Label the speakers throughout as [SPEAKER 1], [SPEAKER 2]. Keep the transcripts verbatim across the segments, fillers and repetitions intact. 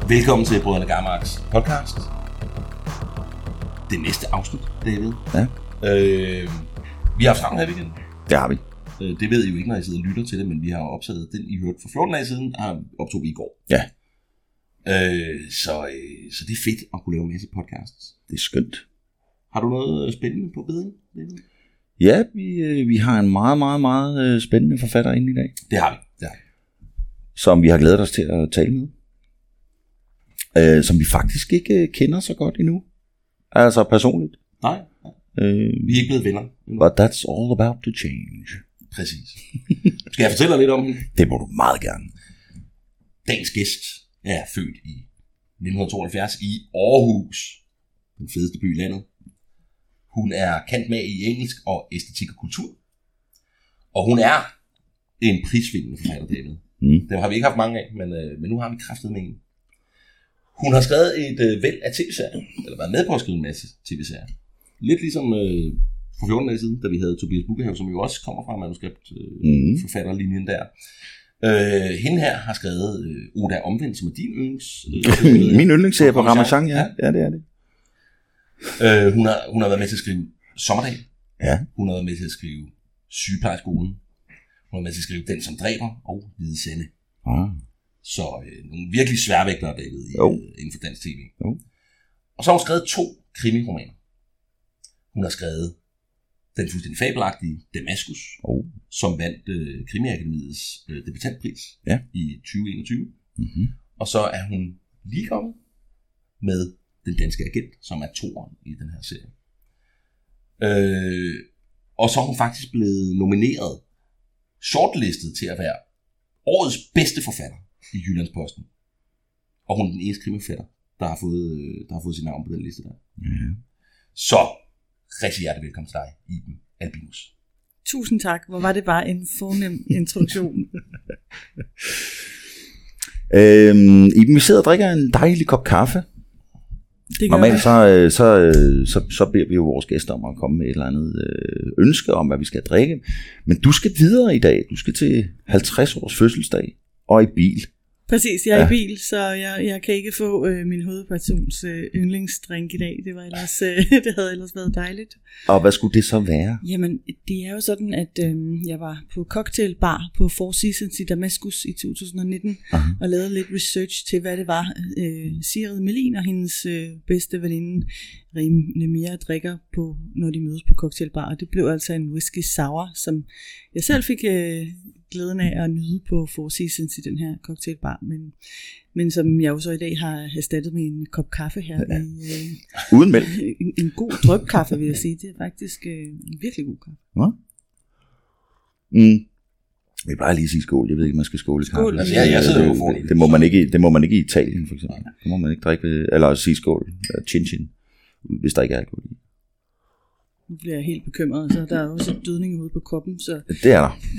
[SPEAKER 1] Velkommen til Brødrene Garmarks podcast. Det næste afsnit, David.
[SPEAKER 2] Ja.
[SPEAKER 1] Øh, vi har haft travlt her weekenden.
[SPEAKER 2] Det har vi.
[SPEAKER 1] Øh, det ved I jo ikke, når I sidder og lytter til det, men vi har optaget den, I hørte for fjorten dage siden, og optog vi i går.
[SPEAKER 2] Ja.
[SPEAKER 1] Øh, så, øh, så det er fedt at kunne lave en masse podcasts.
[SPEAKER 2] Det er skønt.
[SPEAKER 1] Har du noget spændende på bedring, David?
[SPEAKER 2] Ja, vi, øh, vi har en meget, meget, meget øh, spændende forfatter inde i dag.
[SPEAKER 1] Det har vi, det har vi.
[SPEAKER 2] Som vi har glædet os til at tale med. Øh, som vi faktisk ikke øh, kender så godt endnu. Altså personligt.
[SPEAKER 1] Nej, nej.
[SPEAKER 2] Øh,
[SPEAKER 1] Vi er ikke blevet venner endnu.
[SPEAKER 2] But that's all about to change.
[SPEAKER 1] Præcis. Skal jeg fortælle dig lidt om hende?
[SPEAKER 2] Det må du meget gerne.
[SPEAKER 1] Dagens gæst er født i nitten tooghalvfjerds i Aarhus, den fedeste by i landet. Hun er kendt med i engelsk og æstetik og kultur. Og hun er en prisvindende forfatter, David.
[SPEAKER 2] Mm.
[SPEAKER 1] Dem har vi ikke haft mange af, men, øh, men nu har vi kraftet med en. Hun har skrevet et øh, væld af tv-serier, eller været med på at skrive en masse tv-serier. Lidt ligesom øh, for fjorten dage siden, da vi havde Tobias Bukkehave, som jo også kommer fra manuskriptforfatterlinjen øh, mm. der. Øh, hende her har skrevet øh, Oda Omvendt, som er din yndlings. Øh,
[SPEAKER 2] Min yndlingsserie på Ramachan, ja. Ja, det er det.
[SPEAKER 1] Øh, hun, har, hun har været med til at skrive Sommerdag.
[SPEAKER 2] Ja.
[SPEAKER 1] Hun har været med til at skrive Sygeplejeskolen. Hun har været med til at skrive Den, som dræber og Hvide Sande.
[SPEAKER 2] Ah.
[SPEAKER 1] Så øh, nogle virkelig sværvægtere, David, i, øh, inden for dansk tv.
[SPEAKER 2] Jo.
[SPEAKER 1] Og så har hun skrevet to krimiromaner. Hun har skrevet den fuldstændig fabelagtige Damaskus,
[SPEAKER 2] oh.
[SPEAKER 1] som vandt øh, Krimiakademiets øh, debutantpris
[SPEAKER 2] ja.
[SPEAKER 1] i tyve enogtyve.
[SPEAKER 2] Mm-hmm.
[SPEAKER 1] Og så er hun lige kommet med Den danske agent, som er toeren i den her serie. Øh, og så er hun faktisk blevet nomineret, shortlistet til at være årets bedste forfatter i Jyllandsposten. Og hun er den eneste krimiforfatter, der har fået, der har fået sit navn på den liste der.
[SPEAKER 2] Mm-hmm.
[SPEAKER 1] Så rigtig hjertelig velkommen til dig, Iben Albinus.
[SPEAKER 3] Tusind tak. Hvor var det bare en fornem introduktion.
[SPEAKER 2] øhm, Iben, vi sidder og drikker en dejlig kop kaffe. Normalt så, så, så, så beder vi jo vores gæster om at komme med et eller andet øh, ønske om, hvad vi skal drikke. Men du skal videre i dag. Du skal til halvtreds års fødselsdag og i bil.
[SPEAKER 3] Præcis, jeg er ja. i bil, så jeg, jeg kan ikke få øh, min hovedpersons øh, yndlingsdrink i dag. Det var ellers, øh, det havde ellers været dejligt.
[SPEAKER 2] Og hvad skulle det så være?
[SPEAKER 3] Jamen, det er jo sådan, at øh, jeg var på cocktailbar på Four Seasons i Damaskus i to tusind og nitten, aha, og lavede lidt research til, hvad det var, øh, Sigrid Melin og hendes øh, bedste veninde Rim Nemia drikker på, når de mødes på cocktailbar. Og det blev altså en whisky sour, som jeg selv fik øh, glæden af at nyde på Four Seasons i den her cocktailbar, men, men som jeg jo så i dag har erstattet med en kop kaffe her. Ja. I, øh,
[SPEAKER 2] uden mælk.
[SPEAKER 3] En, en god dryppkaffe, vil jeg sige. Det er faktisk øh, en virkelig god kaffe.
[SPEAKER 2] Ja. Mm. Vi plejer lige at sige skål. Jeg ved ikke, man skal skåle i kaffe.
[SPEAKER 1] Skål. Altså, ja, jeg sidder jo for
[SPEAKER 2] det. Det må man ikke, det må man ikke i Italien, for eksempel. Det må man ikke drikke, eller sige skål. Chin chin, hvis der ikke er alkohol i.
[SPEAKER 3] Nu bliver jeg helt bekymret, så der er også en dødning i hovedet på koppen. Så.
[SPEAKER 2] Det er der.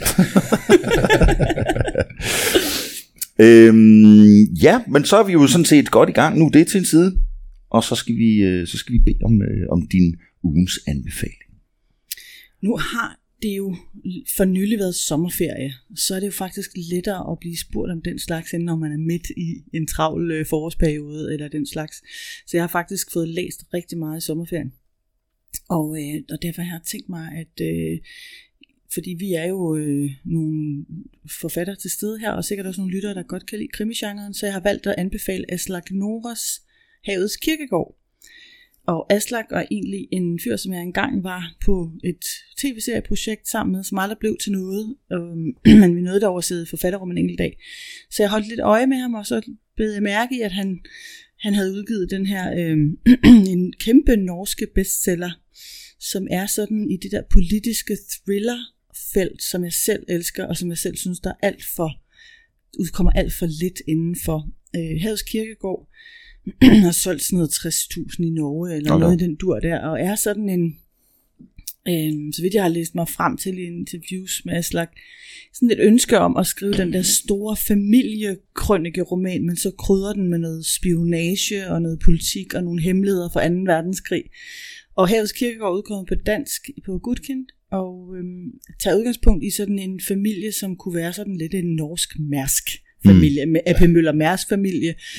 [SPEAKER 2] øhm, ja, men så er vi jo sådan set godt i gang nu. Det er til en side. Og så skal vi, så skal vi bede om, om din ugens anbefaling.
[SPEAKER 3] Nu har det jo for nylig været sommerferie, så er det jo faktisk lettere at blive spurgt om den slags, end når man er midt i en travl forårsperiode eller den slags. Så jeg har faktisk fået læst rigtig meget i sommerferien. Og, øh, og derfor har jeg tænkt mig, at øh, fordi vi er jo øh, nogle forfattere til stede her, og sikkert også nogle lyttere, der godt kan lide krimigenren, så jeg har valgt at anbefale Aslak Noras Havets Kirkegård. Og Aslak er egentlig en fyr, som jeg engang var på et tv-serieprojekt sammen med, som aldrig blev til noget, øh, men vi nåede dog at sidde i forfatterrum en enkelt dag. Så jeg holdt lidt øje med ham, og så blev jeg mærke i, at han... Han havde udgivet den her øh, en kæmpe norske bestseller, som er sådan i det der politiske thriller-felt, som jeg selv elsker, og som jeg selv synes, der er alt for, udkommer alt for lidt inden for. Øh, Havets Kirkegård har solgt sådan noget tres tusind i Norge, eller okay. noget i den dur der, og er sådan en, øh, så vidt jeg har læst mig frem til i interviews med Aslak, sådan et ønske om at skrive den der store familiekrønike-roman, men så krydrer den med noget spionage og noget politik og nogle hemmeligheder fra anden verdenskrig. Og Havets Kirkegård udkommet på dansk på Gudkind, og øhm, tager udgangspunkt i sådan en familie, som kunne være sådan lidt en norsk Mærsk familie, mm. med A P Møller Mærsk familie,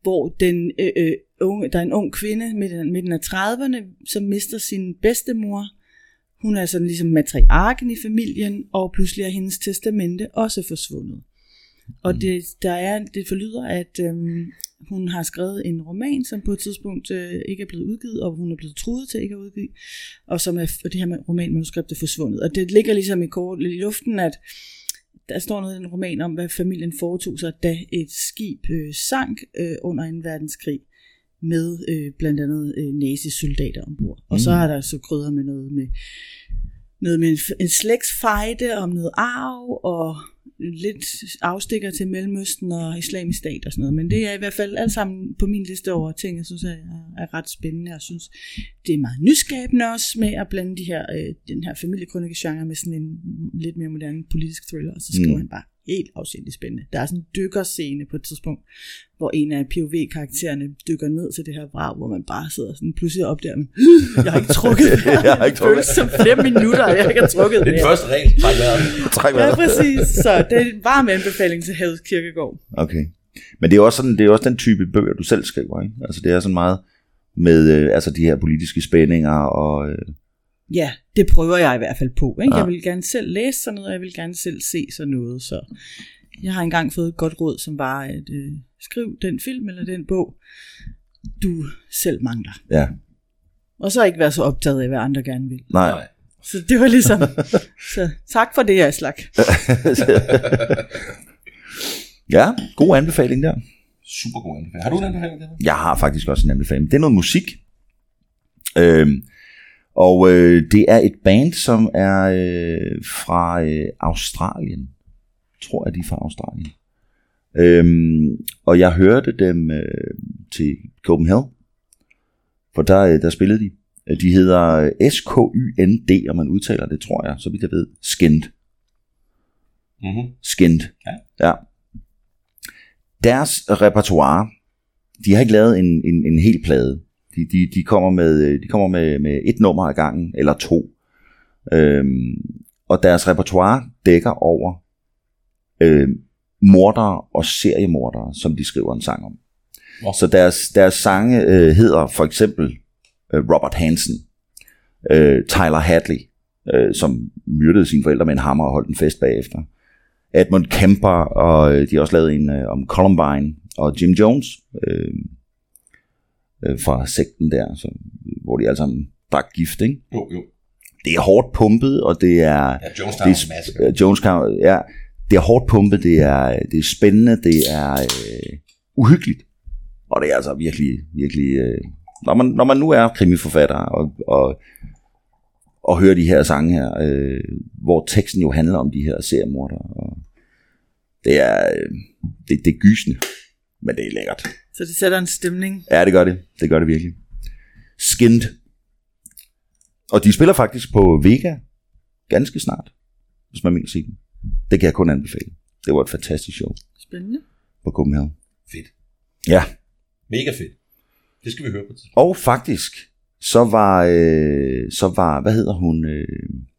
[SPEAKER 3] hvor den, øh, øh, unge, der er en ung kvinde midten, midten af trediverne, som mister sin bedstemor. Hun er sådan ligesom matriarken i familien, og pludselig er hendes testamente også forsvundet. Og det, der er, det forlyder, at øhm, hun har skrevet en roman, som på et tidspunkt øh, ikke er blevet udgivet, og hun er blevet truet til ikke at udgive, og som er, og det her romanmanuskript er forsvundet. Og det ligger ligesom i, kort, i luften, at der står noget i en roman om, hvad familien foretog sig, da et skib øh, sank øh, under en verdenskrig med øh, blandt andet øh, nazisoldater ombord. Og mm. så har der så krydret med noget med, noget med en, en slægtsfejde om noget arv, og lidt afstikker til Mellemøsten og Islamisk Stat og sådan noget, men det er i hvert fald alt sammen på min liste over ting, jeg synes er, er ret spændende, og synes, det er meget nyskabende også med at blande de her, øh, den her familiekrønike-genre med sådan en lidt mere moderne politisk thriller, og så skriver mm. han bare helt afsindigt spændende. Der er sådan en dykkerscene på et tidspunkt, hvor en af P O V-karaktererne dykker ned til det her vrag, hvor man bare sidder sådan pludselig op der, men jeg har ikke trukket vejret. Jeg har ikke trukket som flere minutter, og jeg har ikke trukket
[SPEAKER 1] det. Det er den første regel. Træk vejret.
[SPEAKER 2] Træk vejret.
[SPEAKER 3] Ja, præcis. Så det er en varm anbefaling til Havet Kirkegaard.
[SPEAKER 2] Okay. Men det er også sådan, det er også den type bøger, du selv skriver, ikke? Altså det er sådan meget med øh, altså de her politiske spændinger og øh...
[SPEAKER 3] ja, det prøver jeg i hvert fald på, ikke? Ja. Jeg vil gerne selv læse sådan noget, og jeg vil gerne selv se sådan noget, så jeg har engang fået et godt råd, som var at øh, skriv den film eller den bog, du selv mangler.
[SPEAKER 2] Ja.
[SPEAKER 3] Og så ikke være så optaget af, hvad andre gerne vil.
[SPEAKER 2] Nej.
[SPEAKER 3] Så det var ligesom, så tak for det, Aslak.
[SPEAKER 2] Ja, god anbefaling der.
[SPEAKER 1] Super god anbefaling. Har du en anbefaling der?
[SPEAKER 2] Jeg har faktisk også en anbefaling. Det er noget musik. Øhm, og øh, det er et band, som er øh, fra øh, Australien. Jeg tror, at de er fra Australien. Øhm, og jeg hørte dem øh, til Copenhagen. For der, der spillede de. De hedder S K Y N D, og man udtaler det, tror jeg, så vidt jeg ved, Skind.
[SPEAKER 1] Mm-hmm.
[SPEAKER 2] Skind. Ja. Ja. Deres repertoire, de har ikke lavet en, en, en hel plade. De, de, de kommer, med, de kommer med, med et nummer ad gangen, eller to. Øhm, og deres repertoire dækker over øh, mordere og seriemordere, som de skriver en sang om. Oh. Så deres, deres sange øh, hedder for eksempel øh, Robert Hansen, øh, Tyler Hadley, øh, som myrdede sine forældre med en hammer og holdt en fest bagefter. Edmund Kemper, og de har også lavet en øh, om Columbine, og Jim Jones øh, øh, fra sekten der, så, hvor de alle sammen drak gift, ikke?
[SPEAKER 1] Jo, jo.
[SPEAKER 2] Det er hårdt pumpet, og det er...
[SPEAKER 1] Ja, Jonestown Massacre.
[SPEAKER 2] Jonestown, ja. Det er hårdt pumpet, det er, det er spændende, det er øh, uhyggeligt. Og det er altså virkelig, virkelig... Øh, når, man, når man nu er krimiforfatter, og, og, og hører de her sange her, øh, hvor teksten jo handler om de her seriemordere, og det er, øh, det, det er gysende, men det er lækkert.
[SPEAKER 3] Så det sætter en stemning?
[SPEAKER 2] Ja, det gør det. Det gør det virkelig. Skind. Og de spiller faktisk på Vega ganske snart, hvis man mener sige dem. Det kan jeg kun anbefale. Det var et fantastisk show.
[SPEAKER 3] Spændende.
[SPEAKER 2] På Copenhagen.
[SPEAKER 1] Fedt.
[SPEAKER 2] Ja.
[SPEAKER 1] Mega fedt. Det skal vi høre på.
[SPEAKER 2] Og faktisk, så var, øh, så var, hvad hedder hun, øh,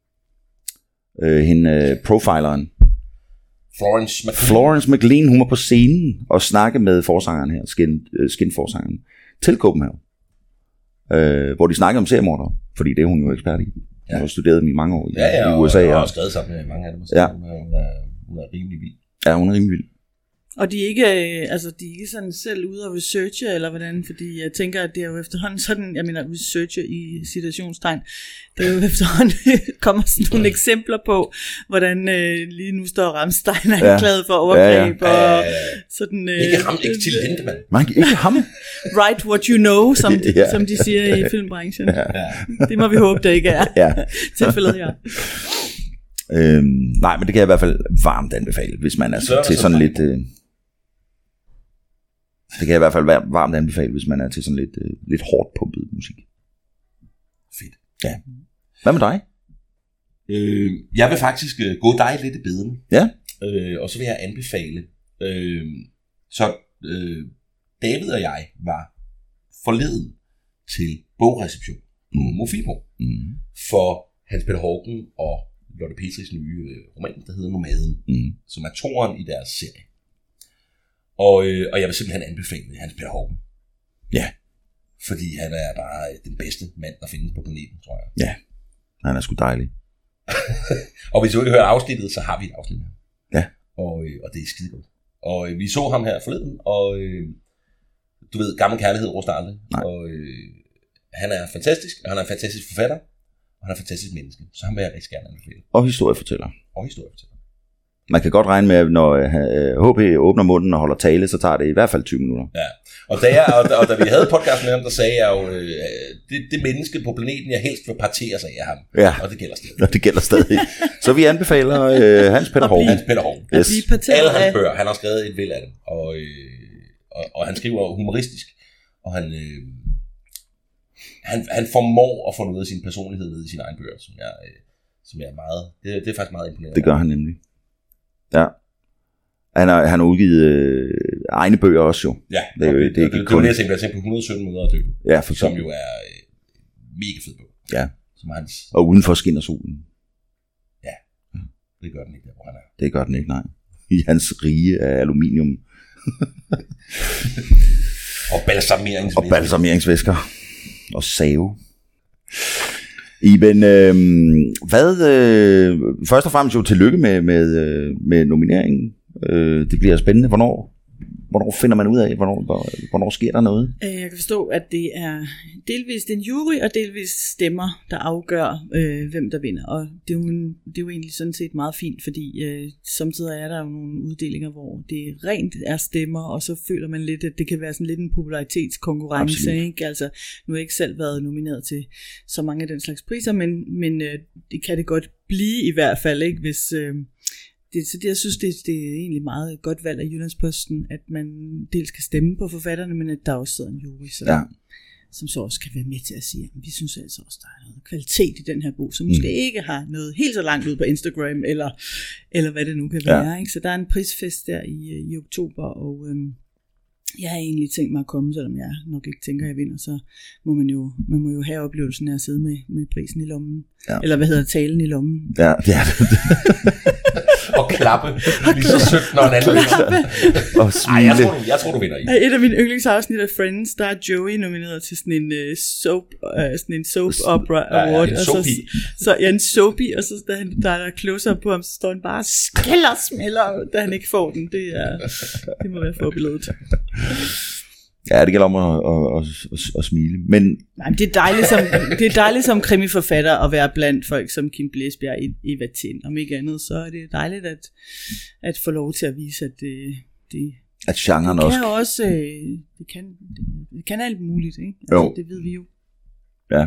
[SPEAKER 2] øh, hende øh, profileren.
[SPEAKER 1] Florence McLean.
[SPEAKER 2] Florence McLean, hun var på scenen og snakkede med forsangeren her, Skin, øh, Skin-forsangeren, til Copenhagen. Øh, hvor de snakkede om seriemordere, fordi det er hun jo ekspert i. Hun har studeret dem i mange år i,
[SPEAKER 1] ja, ja,
[SPEAKER 2] i U S A.
[SPEAKER 1] Og, og,
[SPEAKER 2] og
[SPEAKER 1] har skrevet sammen med mange af dem.
[SPEAKER 2] Ja.
[SPEAKER 1] Hun, er, hun, er, hun er rimelig vild.
[SPEAKER 2] Ja, hun er rimelig vild.
[SPEAKER 3] Og de er ikke, altså de er ikke sådan selv ude at researche, eller hvordan, fordi jeg tænker, at det er jo efterhånden sådan, jeg mener researche i citationstegn, det er jo efterhånden, kommer sådan nogle ja. eksempler på, hvordan øh, lige nu står Rammstein anklaget for overgreb, ja, ja. og sådan... Øh,
[SPEAKER 1] ikke ham, ikke til Lindemann.
[SPEAKER 2] Man kan ikke ham.
[SPEAKER 3] Write what you know, som de,
[SPEAKER 2] ja.
[SPEAKER 3] som de siger i filmbranchen.
[SPEAKER 2] Ja.
[SPEAKER 3] Det må vi håbe, der ikke er
[SPEAKER 2] ja.
[SPEAKER 3] tilfældet her.
[SPEAKER 2] Øhm, nej, men det kan jeg i hvert fald varmt anbefale, hvis man er så, til sådan så lidt... Øh, det kan jeg i hvert fald varmt anbefale, hvis man er til sådan lidt, øh, lidt hårdt pumpet musik.
[SPEAKER 1] Fedt.
[SPEAKER 2] Ja. Hvad med dig?
[SPEAKER 1] Øh, jeg vil faktisk øh, gå dig lidt i bedene.
[SPEAKER 2] Ja.
[SPEAKER 1] Øh, og så vil jeg anbefale. Øh, så øh, David og jeg var forleden til bogreception på mm. Mofibo
[SPEAKER 2] mm.
[SPEAKER 1] for Hans Peter Horken og Lotte Petris nye øh, roman, der hedder Nomaden, mm. som er toeren i deres serie. Og, øh, og jeg vil simpelthen anbefale Hans Peter Horgen.
[SPEAKER 2] Ja.
[SPEAKER 1] Fordi han er bare den bedste mand, der findes på planeten, tror jeg.
[SPEAKER 2] Ja, han er sgu dejlig.
[SPEAKER 1] Og hvis du ikke hører afsnittet, så har vi et afsnit med.
[SPEAKER 2] Ja.
[SPEAKER 1] Og, øh, og det er skide godt. Og øh, vi så ham her forleden, og øh, du ved, gammel kærlighed ruster aldrig. Og øh, han er fantastisk, og han er en fantastisk forfatter, og han er en fantastisk menneske. Så ham vil jeg rigtig gerne anbefale.
[SPEAKER 2] Og historiefortæller.
[SPEAKER 1] Og historiefortæller.
[SPEAKER 2] Man kan godt regne med, at når H P åbner munden og holder tale, så tager det i hvert fald tyve minutter.
[SPEAKER 1] Ja, og da, jeg, og, og da vi havde podcast med ham, der sagde jeg jo, øh, det, det menneske på planeten, jeg helst vil partere sig af ham.
[SPEAKER 2] Ja.
[SPEAKER 1] Og det gælder stadig.
[SPEAKER 2] Og det gælder stadig. Så vi anbefaler øh, Hans Peter Horgen.
[SPEAKER 1] Hans Peter Horgen.
[SPEAKER 2] Yes.
[SPEAKER 1] Alle hans bøger, han har skrevet et væld af dem. Og, øh, og, og han skriver humoristisk. Og han, øh, han, han formår at få noget af sin personlighed ned i sine egne bøger, som jeg, øh, som jeg er meget, det, det er faktisk meget imponerende.
[SPEAKER 2] Det gør han nemlig. Ja. Han har, han har udgivet øh, egne bøger også jo.
[SPEAKER 1] Ja,
[SPEAKER 2] det er jo det, det,
[SPEAKER 1] det, det, det var det, jeg tænkte, jeg tænkte på et hundrede og sytten måder at dø på.
[SPEAKER 2] Ja, for
[SPEAKER 1] som jo er øh, mega fed bog.
[SPEAKER 2] Ja.
[SPEAKER 1] Som hans...
[SPEAKER 2] Og udenfor skinner solen.
[SPEAKER 1] Ja, det gør den ikke der, hvor han er.
[SPEAKER 2] Det gør den ikke, nej. I hans rige af aluminium.
[SPEAKER 1] og balsameringsvæsker.
[SPEAKER 2] Og balsameringsvæsker. Og save. Iben, øh, hvad, øh, først og fremmest jo tillykke med, med, med nomineringen. Øh, det bliver spændende. Hvornår, hvornår finder man ud af, hvornår, hvornår sker der noget?
[SPEAKER 3] Jeg kan forstå, at det er delvist en jury og delvist stemmer, der afgør, øh, hvem der vinder. Og det er, jo en, det er jo egentlig sådan set meget fint, fordi øh, samtidig er der jo nogle uddelinger, hvor det rent er stemmer, og så føler man lidt, at det kan være sådan lidt en popularitetskonkurrence. Ikke? Altså, nu har jeg ikke selv været nomineret til så mange af den slags priser, men, men øh, det kan det godt blive i hvert fald, ikke? Hvis... Øh, Det, så det, jeg synes, det, det er egentlig meget godt valg af Jyllandsposten, at man dels kan stemme på forfatterne, men at der også sidder en jury, så,
[SPEAKER 2] ja.
[SPEAKER 3] som så også kan være med til at sige, at vi synes altså også, der er noget kvalitet i den her bog, som måske mm. ikke har noget helt så langt ud på Instagram, eller, eller hvad det nu kan være. Ja. Ikke? Så der er en prisfest der i, i oktober, og øhm, jeg har egentlig tænkt mig at komme, selvom jeg nok ikke tænker, at jeg vinder, så må man jo, man må jo have oplevelsen af at sidde med, med prisen i lommen. Ja. Eller hvad hedder talen i lommen?
[SPEAKER 2] Ja, det er det.
[SPEAKER 1] Og klappe, lige så sødt, når en anden vinder.
[SPEAKER 2] Og
[SPEAKER 1] Ej, jeg tror, du, jeg tror, du vinder i.
[SPEAKER 3] Et af mine yndlingsafsnit af Friends, der er Joey nomineret til sådan en uh, soap, uh, sådan en soap opera award.
[SPEAKER 1] Ja, ja, en
[SPEAKER 3] og så, så, ja, en soapy, og så da han, der er der close på ham, så står han bare skælder smelder, da han ikke får den. Det, er, det må være forbilledet.
[SPEAKER 2] Ja, det gælder om at, at, at, at, at smile. Men
[SPEAKER 3] nej, men det er dejligt som det er dejligt som krimiforfatter at være blandt folk som Kim Blæsbjerg og Eva Tind. Om ikke andet, så er det dejligt at at få lov til at vise, at det det
[SPEAKER 2] at genren
[SPEAKER 3] det
[SPEAKER 2] også
[SPEAKER 3] kan også det kan det, det kan alt muligt, ikke? Altså, det ved vi jo.
[SPEAKER 2] Ja.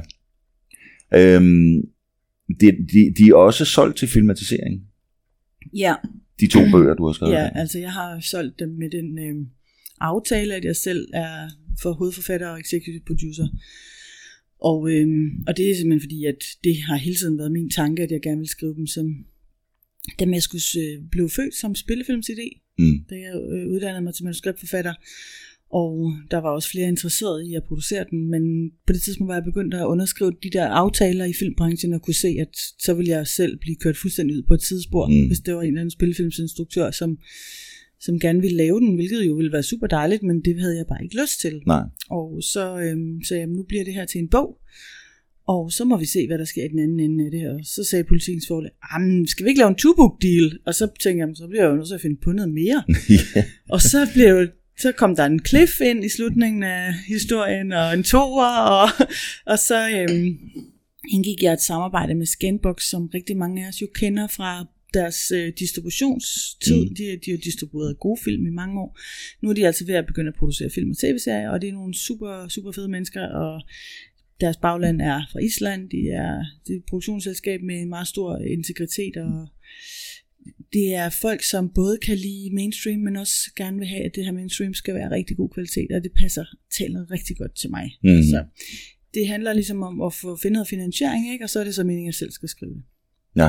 [SPEAKER 2] Øhm, de, de, de er også solgt til filmatisering.
[SPEAKER 3] Ja.
[SPEAKER 2] De to bøger, du har skrevet.
[SPEAKER 3] Ja, altså jeg har solgt dem med den øh, aftale, at jeg selv er for hovedforfatter og executive producer. Og, øhm, og det er simpelthen fordi, at det har hele tiden været min tanke, at jeg gerne vil skrive dem som, da jeg skulle øh, blive født som spillefilmsidé, mm. da jeg øh, uddannede mig til manuskriptforfatter. Og der var også flere interesserede i at producere den, men på det tidspunkt var jeg begyndt at underskrive de der aftaler i filmbranchen, og kunne se, at så ville jeg selv blive kørt fuldstændig ud på et tidsspor, mm. hvis det var en eller anden spillefilmsinstruktør, som som gerne ville lave den, hvilket jo ville være super dejligt, men det havde jeg bare ikke lyst til.
[SPEAKER 2] Nej.
[SPEAKER 3] Og så øhm, sagde jeg, nu bliver det her til en bog, og så må vi se, hvad der sker i den anden ende af det her. Og så sagde politikens forlag, skal vi ikke lave en two-book deal? Og så tænkte jeg, så bliver jeg jo nødt til at finde på noget mere. yeah. Og så blev så kom der en cliff ind i slutningen af historien, og en toer, og, og så øhm, indgik jeg et samarbejde med Scanbox, som rigtig mange af os jo kender fra deres øh, distributionstid. Mm. De, de har distribueret gode film i mange år. Nu er de altså ved at begynde at producere film og tv-serier, og det er nogle super, super fede mennesker, og deres bagland er fra Island. De er, det er et produktionsselskab med en meget stor integritet, og det er folk, som både kan lide mainstream, men også gerne vil have, at det her mainstream skal være rigtig god kvalitet, og det passer taler rigtig godt til mig. Mm. Så det handler ligesom om at få finde noget finansiering, ikke? Og så er det så meningen, at jeg selv skal skrive det.
[SPEAKER 2] Ja.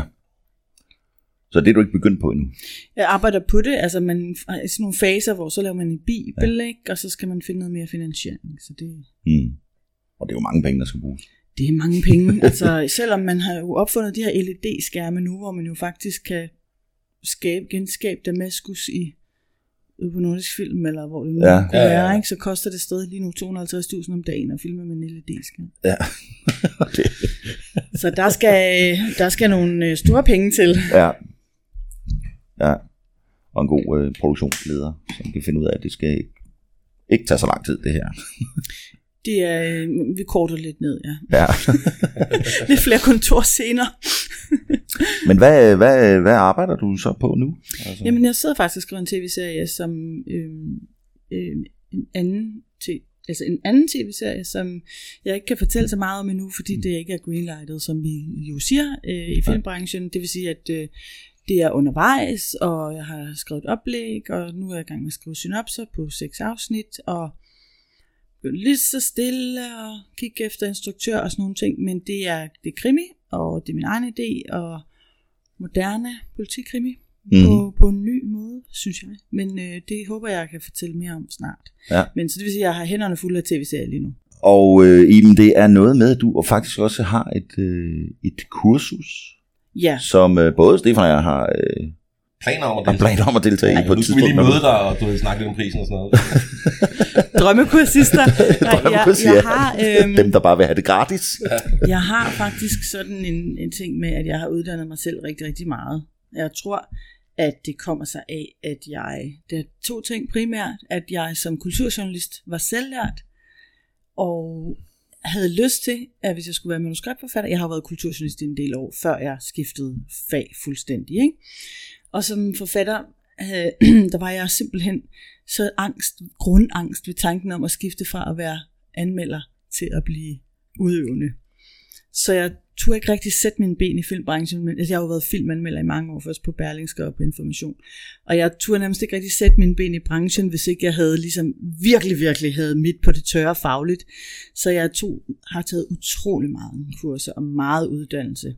[SPEAKER 2] Så det er du ikke begyndt på endnu?
[SPEAKER 3] Jeg arbejder på det, altså man er sådan nogle faser, hvor så laver man en bibel, ja. Ikke? Og så skal man finde noget mere finansiering. Så det...
[SPEAKER 2] Mm. Og det er jo mange penge, der skal bruges.
[SPEAKER 3] Det er mange penge. Altså selvom man har jo opfundet de her L E D-skærme nu, hvor man jo faktisk kan skabe, genskabe Damaskus i ude på Nordisk Film, eller hvor det nu
[SPEAKER 2] ja.
[SPEAKER 3] kunne
[SPEAKER 1] ja,
[SPEAKER 3] være,
[SPEAKER 1] ja, ja.
[SPEAKER 3] ikke? Så koster det stadig lige nu to hundrede og halvtreds tusind om dagen at filme med en L E D-skærm.
[SPEAKER 2] Ja. Okay.
[SPEAKER 3] Så der skal, der skal nogle øh, store penge til.
[SPEAKER 2] Ja. Ja. Og en god øh, produktionsleder, som kan finde ud af, at det skal ikke, ikke tage så lang tid, det her.
[SPEAKER 3] Det er, øh, vi korter lidt ned, ja.
[SPEAKER 2] Ja.
[SPEAKER 3] Lidt flere kontorscener.
[SPEAKER 2] Men hvad, hvad, hvad arbejder du så på nu? Altså...
[SPEAKER 3] Jamen, jeg sidder faktisk og skriver en tv-serie, som øh, øh, en anden til altså en anden tv-serie, som jeg ikke kan fortælle så meget om endnu, fordi det ikke er greenlightet, som vi jo siger øh, i filmbranchen. Det vil sige, at øh, det er undervejs, og jeg har skrevet et oplæg, og nu er jeg i gang med at skrive synopser på seks afsnit, og lige så stille og kigge efter instruktør og sådan nogle ting, men det er, det er krimi, og det er min egen idé, og moderne politikrimi mm. på, på en ny måde, synes jeg. Men øh, det håber jeg, jeg kan fortælle mere om snart.
[SPEAKER 2] Ja. Men
[SPEAKER 3] så det vil sige, at jeg har hænderne fulde af tv-serier lige nu.
[SPEAKER 2] Og øh, Iben, det er noget med, at du og faktisk også har et, øh, et kursus,
[SPEAKER 3] ja.
[SPEAKER 2] som øh, både Stefan og jeg har... Øh,
[SPEAKER 1] planer om at deltage,
[SPEAKER 2] planer om at deltage
[SPEAKER 1] ja,
[SPEAKER 2] i på et
[SPEAKER 1] tidspunkt. Nu skal vi lige møde dig, og du vil snakke lidt om prisen og sådan noget.
[SPEAKER 3] Drømmekursister.
[SPEAKER 2] Drømmekursister, jeg, jeg har, øhm, dem der bare vil have det gratis.
[SPEAKER 3] Jeg har faktisk sådan en, en ting med, at jeg har uddannet mig selv rigtig, rigtig meget. Jeg tror, at det kommer sig af, at jeg... Det er to ting primært, at jeg som kulturjournalist var selvlært, og havde lyst til, at hvis jeg skulle være manuskriptforfatter, jeg har været kulturjournalist i en del år, før jeg skiftede fag fuldstændig, ikke? Og som forfatter, øh, der var jeg simpelthen så angst, grundangst ved tanken om at skifte fra at være anmelder til at blive udøvende. Så jeg turde ikke rigtig sætte mine ben i filmbranchen, men jeg har jo været filmanmelder i mange år, først på Berlingske og på Information. Og jeg turde nærmest ikke rigtig sætte mine ben i branchen, hvis ikke jeg havde ligesom virkelig, virkelig havde mit på det tørre fagligt. Så jeg tog, har taget utrolig meget kurser og meget uddannelse.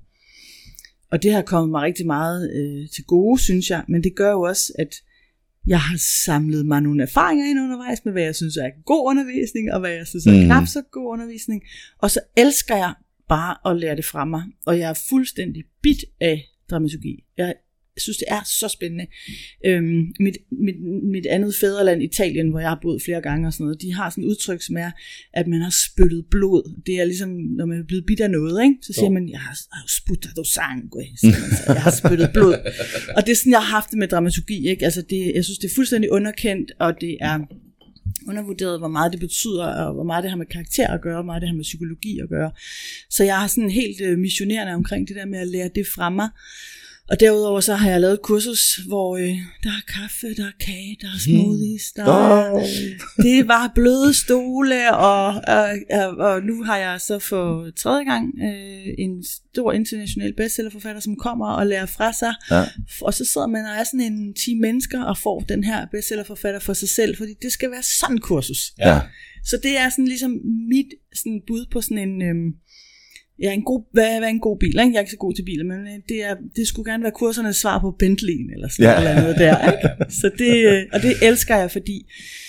[SPEAKER 3] Og det har kommet mig rigtig meget øh, til gode, synes jeg. Men det gør jo også, at jeg har samlet mig nogle erfaringer ind undervejs med, hvad jeg synes er god undervisning, og hvad jeg synes er mm. knap så god undervisning. Og så elsker jeg bare at lære det fra mig. Og jeg er fuldstændig bit af dramaturgi. Jeg synes, det er så spændende. Øhm, mit, mit, mit andet fædreland, Italien, hvor jeg har boet flere gange og sådan noget, de har sådan et udtryk, som er, at man har spyttet blod. Det er ligesom, når man er blevet bidt af noget, ikke? Så siger man, jeg har, har spyttet sangue, jeg har spyttet blod. Og det er sådan, jeg har haft det med dramaturgi, ikke? Altså, det, jeg synes, det er fuldstændig underkendt, og det er undervurderet, hvor meget det betyder, og hvor meget det har med karakter at gøre, hvor meget det har med psykologi at gøre. Så jeg har sådan helt øh, missionerende omkring det der med at lære det fra mig. Og derudover så har jeg lavet et kursus, hvor øh, der er kaffe, der er kage, der er smoothies, der er, det var bløde stole, og, og, og, og nu har jeg så for tredje gang øh, en stor international bestsellerforfatter, som kommer og lærer fra sig, ja. Og så sidder man og er sådan en ti mennesker og får den her bestsellerforfatter for sig selv, fordi det skal være sådan en kursus.
[SPEAKER 2] Ja.
[SPEAKER 3] Så det er sådan ligesom mit sådan bud på sådan en... Øh, Ja, en god, hvad, hvad er en god bil, ikke? Jeg er ikke så god til biler, men det, er, det skulle gerne være kursernes svar på Bentley'en, eller sådan ja. Eller noget der, ikke? Så det, og det elsker jeg, fordi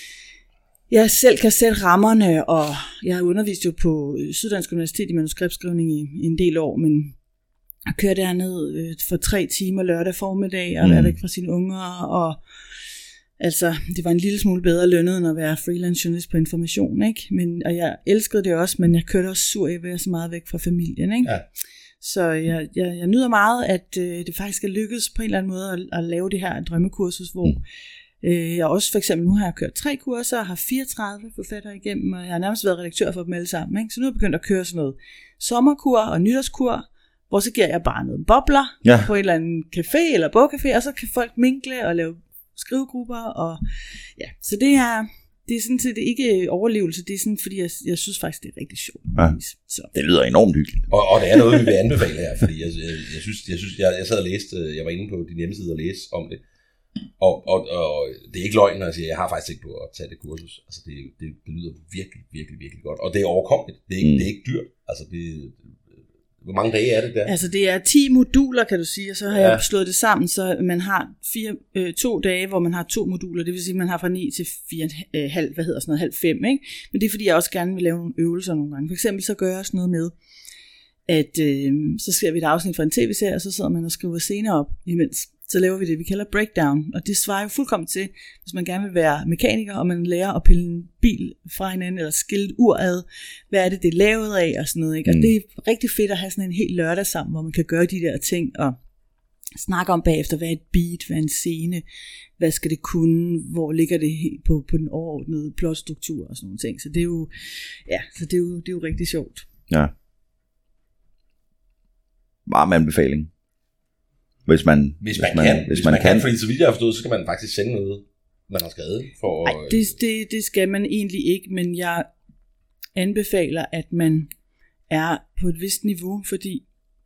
[SPEAKER 3] jeg selv kan sætte rammerne, og jeg har undervist jo på Syddansk Universitet i manuskriptskrivning i, i en del år, men jeg kører derned for tre timer lørdag formiddag, og mm. er væk fra sine unger, og altså, det var en lille smule bedre lønnet end at være freelance journalist på Information, ikke? Men, og jeg elskede det også, men jeg kørte også sur i at være så meget væk fra familien, ikke? Ja. Så jeg, jeg, jeg nyder meget, at øh, det faktisk er lykkedes på en eller anden måde at, at lave det her drømmekursus, hvor mm. øh, jeg også for eksempel, nu har jeg kørt tre kurser, og har fireogtredive forfattere igennem, og jeg har nærmest været redaktør for dem alle sammen, ikke? Så nu er jeg begyndt at køre sådan noget sommerkur og nytårskur, hvor så giver jeg bare noget bobler ja. På en eller anden café eller bogcafé, og så kan folk minkle og lave skrivegrupper, og ja, så det er, det er sådan set ikke overlevelse, det er sådan, fordi jeg, jeg synes faktisk, det er rigtig sjovt.
[SPEAKER 2] Ja.
[SPEAKER 3] Så.
[SPEAKER 2] Det lyder enormt hyggeligt.
[SPEAKER 1] Og, og det er noget, vi vil anbefale her, fordi jeg, jeg, jeg synes, jeg, synes jeg, jeg sad og læste, jeg var inde på din hjemmeside og læste om det, og, og, og det er ikke løgn, når jeg siger, jeg har faktisk ikke på at tage det kursus, altså det, det, det lyder virkelig, virkelig, virkelig godt, og det er overkommeligt, det er ikke, mm. det er ikke dyrt, altså det hvor mange dage er det der?
[SPEAKER 3] Altså det er ti moduler, kan du sige, og så har ja. Jeg slået det sammen, så man har fire, øh, to dage, hvor man har to moduler, det vil sige, at man har fra ni til fire, øh, halv, hvad hedder sådan noget, halv fem, ikke? Men det er fordi, jeg også gerne vil lave nogle øvelser nogle gange. For eksempel så gør jeg også noget med, at øh, så ser vi et afsnit fra en tv-serie, og så sidder man og skriver scener op imens. så laver vi det, vi kalder breakdown, og det svarer jo fuldkommen til, hvis man gerne vil være mekaniker, og man lærer at pille en bil fra hinanden, eller skille et ur ad, hvad er det, det er lavet af, og sådan noget, ikke? Og mm. det er rigtig fedt at have sådan en hel lørdag sammen, hvor man kan gøre de der ting, og snakke om bagefter, hvad er et beat, hvad er en scene, hvad skal det kunne, hvor ligger det på, på den overordnede plotstruktur, og sådan nogle ting, så det er jo, ja, så det er jo, det er jo rigtig sjovt.
[SPEAKER 2] Ja. Varm anbefaling. Hvis man,
[SPEAKER 1] hvis man, hvis man kan,
[SPEAKER 2] hvis
[SPEAKER 1] hvis
[SPEAKER 2] man,
[SPEAKER 1] man
[SPEAKER 2] kan.
[SPEAKER 1] kan, fordi så vidt jeg har forstået, så skal man faktisk sende noget, man har skrevet. For,
[SPEAKER 3] Nej, det, det, det skal man egentlig ikke, men jeg anbefaler, at man er på et vist niveau, fordi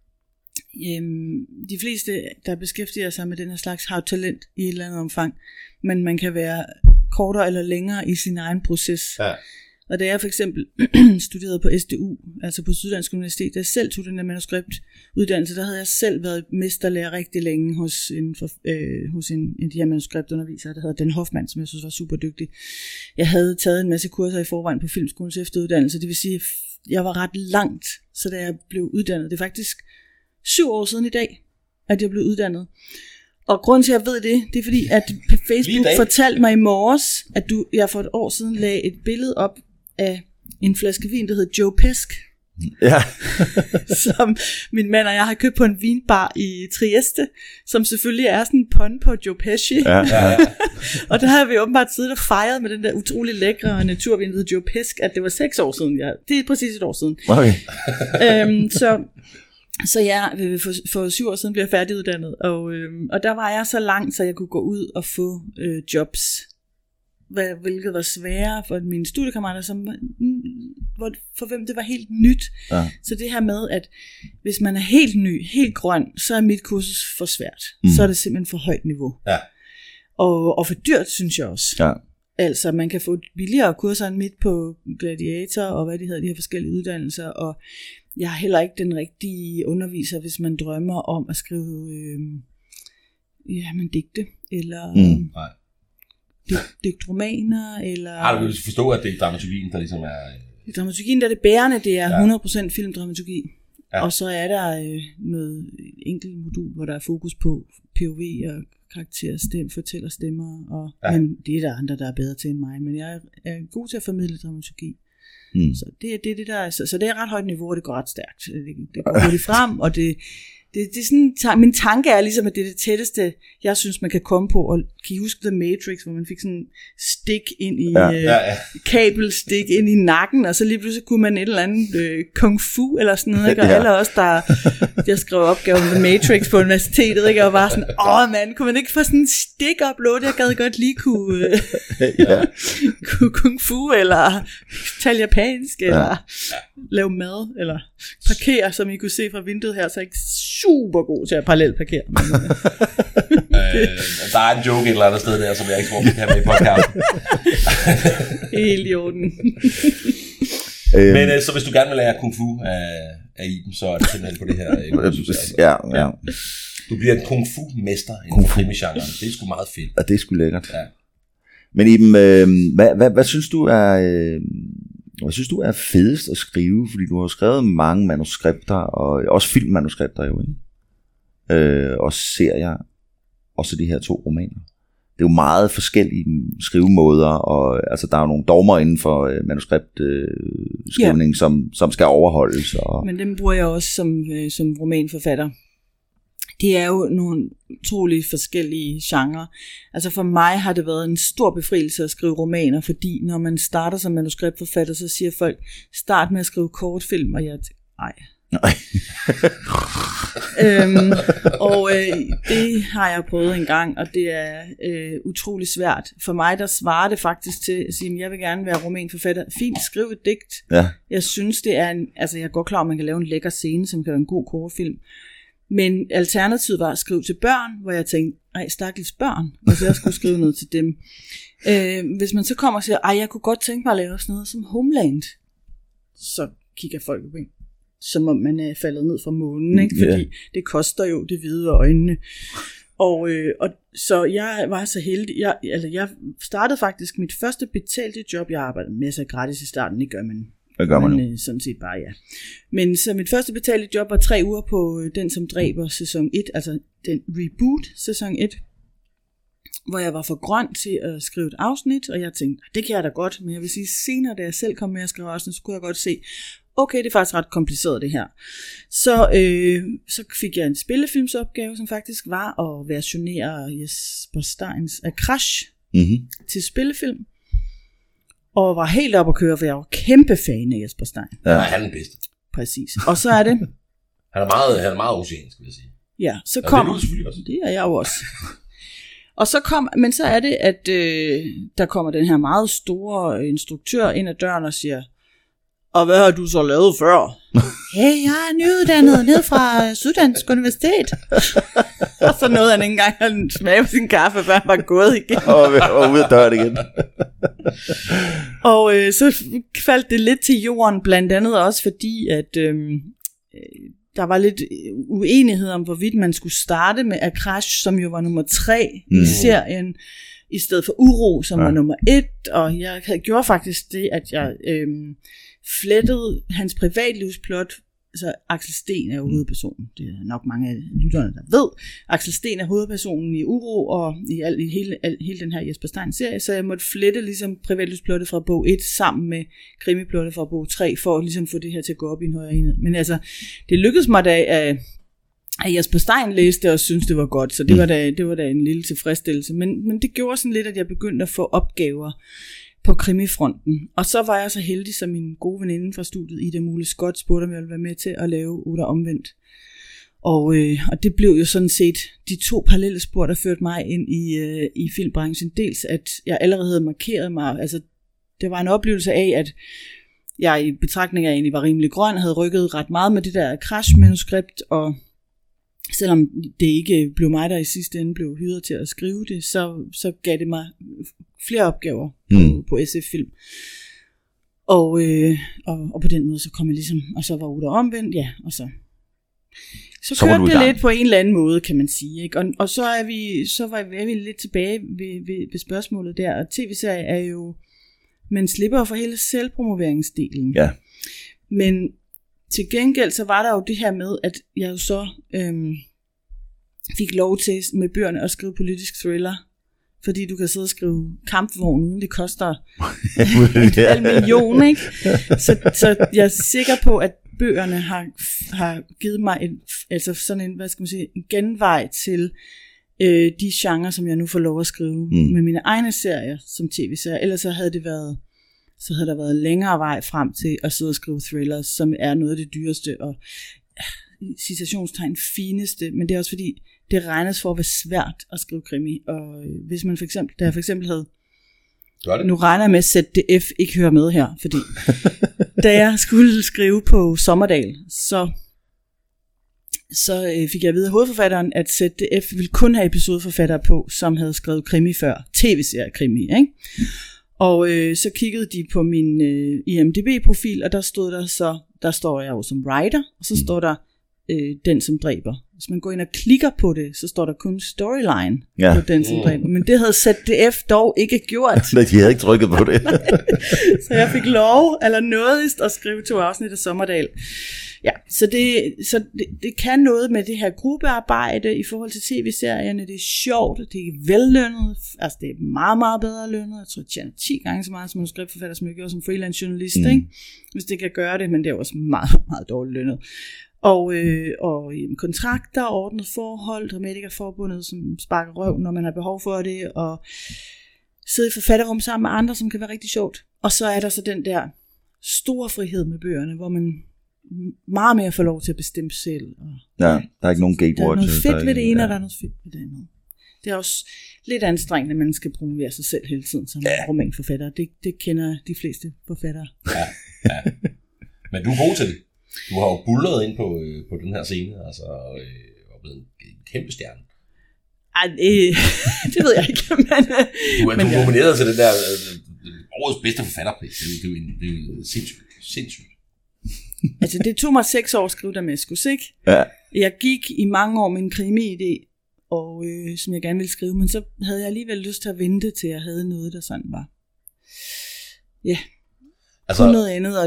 [SPEAKER 3] øhm, de fleste, der beskæftiger sig med den her slags, har jo talent i et eller andet omfang, men man kan være kortere eller længere i sin egen proces. Ja. Og da jeg for eksempel studerede på S D U, altså på Syddansk Universitet, da jeg selv tog den der manuskriptuddannelse, der havde jeg selv været mesterlærer rigtig længe hos en, for, øh, hos en, en de her manuskriptunderviser, der hedder Dan Hoffmann, som jeg synes var super dygtig. Jeg havde taget en masse kurser i forvejen på Filmskolens efteruddannelse, det vil sige, jeg var ret langt, så da jeg blev uddannet, det er faktisk syv år siden i dag, at jeg blev uddannet. Og grunden til, at jeg ved det, det er fordi, at Facebook fortalte mig i morges, at du, jeg for et år siden lagde et billede op af en flaske vin, der hedder Joe Pesci.
[SPEAKER 2] Ja.
[SPEAKER 3] Som min mand og jeg har købt på en vinbar i Trieste, som selvfølgelig er sådan en pun på Joe Pesci. Ja, ja, ja. Og der har vi åbenbart siddet og fejret med den der utrolig lækre naturvin, der hedder Joe Pesci, at det var seks år siden. Ja, det er præcis et år siden.
[SPEAKER 2] Okay.
[SPEAKER 3] øhm, så... Så ja, for, for syv år siden blev jeg færdiguddannet, og, øhm, og der var jeg så langt, så jeg kunne gå ud og få øh, jobs, hvilket var sværere for mine studiekammerater, som, hvor, for hvem det var helt nyt. Ja. Så det her med, at hvis man er helt ny, helt grøn, så er mit kursus for svært. Mm. Så er det simpelthen for højt niveau. Ja. Og, og for dyrt, synes jeg også. Ja. Altså, man kan få billigere kurser end mit på Gladiator, og hvad de hedder, de her forskellige uddannelser, og jeg har heller ikke den rigtige underviser, hvis man drømmer om at skrive øh, ja, men digte, eller mm. digt, digtromaner, eller...
[SPEAKER 1] Har du vil forstå, at det er dramaturgien, der ligesom er...
[SPEAKER 3] Det dramaturgien, der er det bærende, det er hundrede procent filmdramaturgi. Ja. Og så er der øh, noget enkelt modul, hvor der er fokus på P O V og karakterstem, fortællerstemmer, og, ja. Men det er der andre, der er bedre til end mig, men jeg er god til at formidle dramaturgi. Mm. Så det, det, det der, så, så det er ret højt niveau, og det går ret stærkt. Det, det går hurtigt frem, og det, det, det er sådan, min tanke er ligesom, at det er det tætteste, jeg synes, man kan komme på. Og kan I huske The Matrix, hvor man fik sådan en stik ind i, ja, øh, ja, ja. kabelstik ind i nakken, og så lige pludselig kunne man et eller andet øh, kung fu eller sådan noget, ikke? Og ja. Alle os, der jeg skrev opgaven The Matrix på universitetet, ikke? Og var sådan, åh mand, kunne man ikke få sådan en stik upload? Jeg gad godt lige kunne, øh, ja. kunne kung fu, eller tale japansk, eller ja. Lave mad, eller parkere, som I kunne se fra vinduet her, så ikke super god til at parallelparkere.
[SPEAKER 1] øh, der er en joke et eller andet sted der, som jeg ikke tror, vi kan have med i podcasten.
[SPEAKER 3] Helt i orden.
[SPEAKER 1] Men øh, så hvis du gerne vil lære kung fu af, af Iben, så er det simpelthen på det her.
[SPEAKER 2] ja, ja.
[SPEAKER 1] Du bliver en kung fu mester inden for krimi-genren. Det er sgu meget fedt.
[SPEAKER 2] Ja, det er sgu lækkert. Ja. Men Iben, øh, hvad, hvad, hvad synes du er... Øh, Hvad synes du er fedest at skrive? Fordi du har skrevet mange manuskripter, og også filmmanuskripter jo, ikke? Øh, og serier, og så de her to romaner. Det er jo meget forskellige skrivemåder, og altså, der er jo nogle dogmer inden for øh, manuskriptskrivning, øh, ja. som, som skal overholdes. Og... Men
[SPEAKER 3] dem bruger jeg også som, øh, som romanforfatter. Det er jo nogle utrolig forskellige genrer. Altså for mig har det været en stor befrielse at skrive romaner, fordi når man starter som manuskriptforfatter, så siger folk, start med at skrive kortfilm, og jeg tænker, ej. Nej. øhm, og øh, det har jeg prøvet en gang, og det er øh, utrolig svært. For mig, der svarer det faktisk til at sige, at jeg vil gerne være romanforfatter. Fint, skriv et digt. Ja. Jeg synes, det er en, altså jeg er godt klar, at man kan lave en lækker scene, som kan være en god kortfilm. Men alternativet var at skrive til børn, hvor jeg tænkte, ej, stakkels børn, altså jeg skulle skrive noget til dem. Øh, hvis man så kommer og siger, ej, jeg kunne godt tænke mig at lave sådan noget som Homeland, så kigger folk på en, som om man er faldet ned fra månen, ikke? Fordi yeah. det koster jo det hvide øjnene. Og, øh, og så jeg var så heldig, jeg, altså jeg startede faktisk mit første betalte job, jeg arbejdede med så gratis i starten, det gør man
[SPEAKER 2] Det gør man
[SPEAKER 3] men,
[SPEAKER 2] jo.
[SPEAKER 3] øh, sådan set bare, ja. Men så mit første betalte job var tre uger på øh, Den som dræber sæson et, altså den reboot sæson et, hvor jeg var for grøn til at skrive et afsnit, og jeg tænkte, det kan jeg da godt, men jeg vil sige, senere, da jeg selv kom med at skrive afsnit, så kunne jeg godt se, okay, det er faktisk ret kompliceret det her. Så, øh, så fik jeg en spillefilmsopgave, som faktisk var at versionere Jesper Steins af Crash
[SPEAKER 2] Mm-hmm.
[SPEAKER 3] til spillefilm, og var helt op at køre, for jeg var kæmpe fan af Jesper Stein.
[SPEAKER 2] Ja.
[SPEAKER 1] Nej, han er den bedste.
[SPEAKER 3] Præcis. Og så er det,
[SPEAKER 1] Han er meget, han er meget oceansk, vil jeg sige.
[SPEAKER 3] ja, så
[SPEAKER 1] Og
[SPEAKER 3] kom,
[SPEAKER 1] det er du selvfølgelig også.
[SPEAKER 3] det er jeg jo også. Og så kom, men så er det, at øh, der kommer den her meget store instruktør ind ad døren og siger, og hvad har du så lavet før? Hey, jeg er nyuddannet ned fra Syddansk Universitet. Og så nåede han ikke engang at smage på sin kaffe, før han var gået igen.
[SPEAKER 2] Og, og ud af døren igen.
[SPEAKER 3] Og øh, så faldt det lidt til jorden, blandt andet også fordi, at øh, der var lidt uenighed om, hvorvidt man skulle starte med A Crash, som jo var nummer tre mm. i serien, i stedet for Uro, som ja. var nummer et. Og jeg gjorde faktisk det, at jeg øh, flettede hans privatlivsplot. Så Axel Sten er jo hovedpersonen. Det er nok mange af lytterne, der ved. Axel Sten er hovedpersonen i Uro og i, al, i hele, al, hele den her Jesper Stein-serie, så jeg måtte flette ligesom privatlivsplottet fra bog et sammen med krimiplottet fra bog tre, for at ligesom få det her til at gå op i en højere enhed. Men altså, det lykkedes mig da, at, at Jesper Stein læste og syntes, det var godt, så det var da, det var da en lille tilfredsstillelse. Men, men det gjorde sådan lidt, at jeg begyndte at få opgaver på krimifronten. Og så var jeg så heldig, som min gode veninde fra studiet, Ida Mule Scott, spurgte, om jeg ville være med til at lave Oda Omvendt. Og, øh, og det blev jo sådan set de to parallelle spor, der førte mig ind i, øh, i filmbranchen. Dels, at jeg allerede havde markeret mig, altså det var en oplevelse af, at jeg i betragtning af egentlig var rimelig grøn, havde rykket ret meget med det der Crash-manuskript, og selvom det ikke blev mig, der i sidste ende blev hyret til at skrive det, så, så gav det mig flere opgaver mm. på, på S F Film. Og, øh, og, og på den måde, så kom jeg ligesom, og så var Oda Omvendt, ja, og så så, så kørte det lidt på en eller anden måde, kan man sige, ikke? Og, og så er vi, så var vi, er vi lidt tilbage ved, ved, ved spørgsmålet der, og tv-serie er jo, man slipper for hele selvpromoveringsdelen.
[SPEAKER 2] Ja.
[SPEAKER 3] Men til gengæld, så var der jo det her med, at jeg jo så øhm, fik lov til med bøgerne at skrive politisk thriller, fordi du kan sidde og skrive kampvogn, uden det koster en halv million, ikke? Så, så jeg er sikker på, at bøgerne har, har givet mig en, altså sådan en, hvad skal man sige, en genvej til øh, de genrer, som jeg nu får lov at skrive mm. med mine egne serier som tv-serier. Ellers så havde det været, så havde der været længere vej frem til at sidde og skrive thrillers, som er noget af det dyreste og citationstegn fineste, men det er også fordi, det regnes for at være svært at skrive krimi, og hvis man for eksempel, da jeg for eksempel havde, nu regner jeg med, at Z D F ikke hører med her, fordi da jeg skulle skrive på Sommerdal, så, så fik jeg at vide af hovedforfatteren, at Z D F ville kun have episodeforfattere på, som havde skrevet krimi før, tv-serie krimi, ikke? Og øh, så kiggede de på min øh, I M D B-profil, og der stod der så, der står jeg jo som writer, og så står der øh, Den som dræber. Hvis man går ind og klikker på det, så står der kun storyline ja. på Den som dræber. Men det havde Z D F dog ikke gjort.
[SPEAKER 2] Nej, de havde ikke trykket på det.
[SPEAKER 3] Så jeg fik lov, eller nådigst, at skrive to afsnit af Sommerdal. Ja, så, det, så det, det kan noget med det her gruppearbejde i forhold til tv-serierne. Det er sjovt, det er vellønnet, altså det er meget, meget bedre lønnet. Jeg tror, jeg tjener ti gange så meget som manuskriptforfatter, som jeg gjorde som freelance journalist, mm. ikke? Hvis det kan gøre det, men det er også meget, meget dårligt lønnet. Og, øh, og jamen, kontrakter, ordnet forhold, Dramatikerforbundet, som sparker røv, når man har behov for det, og sidde i forfatterrum sammen med andre, som kan være rigtig sjovt. Og så er der så den der store frihed med bøgerne, hvor man meget mere får lov til at bestemme selv. Og,
[SPEAKER 2] ja, der er ikke nogen gatewatch.
[SPEAKER 3] Der er noget fedt ved det ene, ja. Og der er noget fedt ved det andet. Det er også lidt anstrengende, at man skal promovere sig selv hele tiden som ja. romanforfatter. Det, det kender de fleste forfattere.
[SPEAKER 1] Ja, ja. Men du er god til det. Du har jo buldret ind på, øh, på den her scene, altså, øh, og blevet en kæmpe stjerne.
[SPEAKER 3] Ej, øh, det ved jeg ikke, men... Øh,
[SPEAKER 1] du er,
[SPEAKER 3] men,
[SPEAKER 1] du er nomineret til den der øh, årets bedste forfatterpris. Det, det, det er jo sindssygt. sindssygt.
[SPEAKER 3] Altså, det tog mig seks år at skrive Damaskus, ikke?
[SPEAKER 2] Ja. Jeg
[SPEAKER 3] gik i mange år med en krimi-idé, og, øh, som jeg gerne ville skrive, men så havde jeg alligevel lyst til at vente, til jeg havde noget, der sådan var. Ja, altså, noget andet, og det...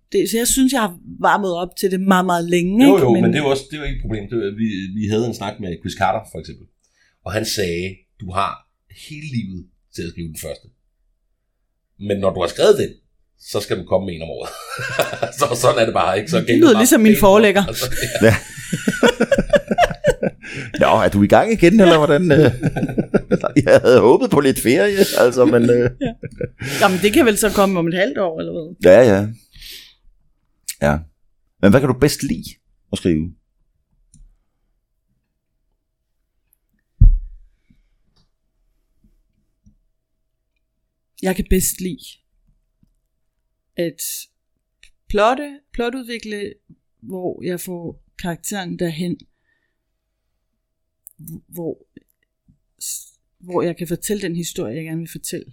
[SPEAKER 3] det, så jeg synes, jeg har varmet op til det meget, meget længe.
[SPEAKER 1] Jo,
[SPEAKER 3] ikke?
[SPEAKER 1] jo, men, men det er jo også det er jo ikke et problem. Det var, vi, vi havde en snak med Chris Carter, for eksempel. Og han sagde, du har hele livet til at skrive den første. Men når du har skrevet den, så skal du komme med en om året. så sådan er det bare, ikke? Så
[SPEAKER 3] det lyder ligesom min forlægger.
[SPEAKER 1] Altså, ja.
[SPEAKER 2] Ja. Nå, er du i gang igen, eller hvordan? Jeg havde håbet på lidt ferie, altså, men... Øh...
[SPEAKER 3] Ja. Jamen, det kan vel så komme om et halvt år, eller hvad?
[SPEAKER 2] Ja, ja. Ja. Men hvad kan du bedst lide at skrive?
[SPEAKER 3] Jeg kan bedst lide at plotte, plotudvikle, hvor jeg får karakteren derhen, hvor, hvor jeg kan fortælle den historie, jeg gerne vil fortælle.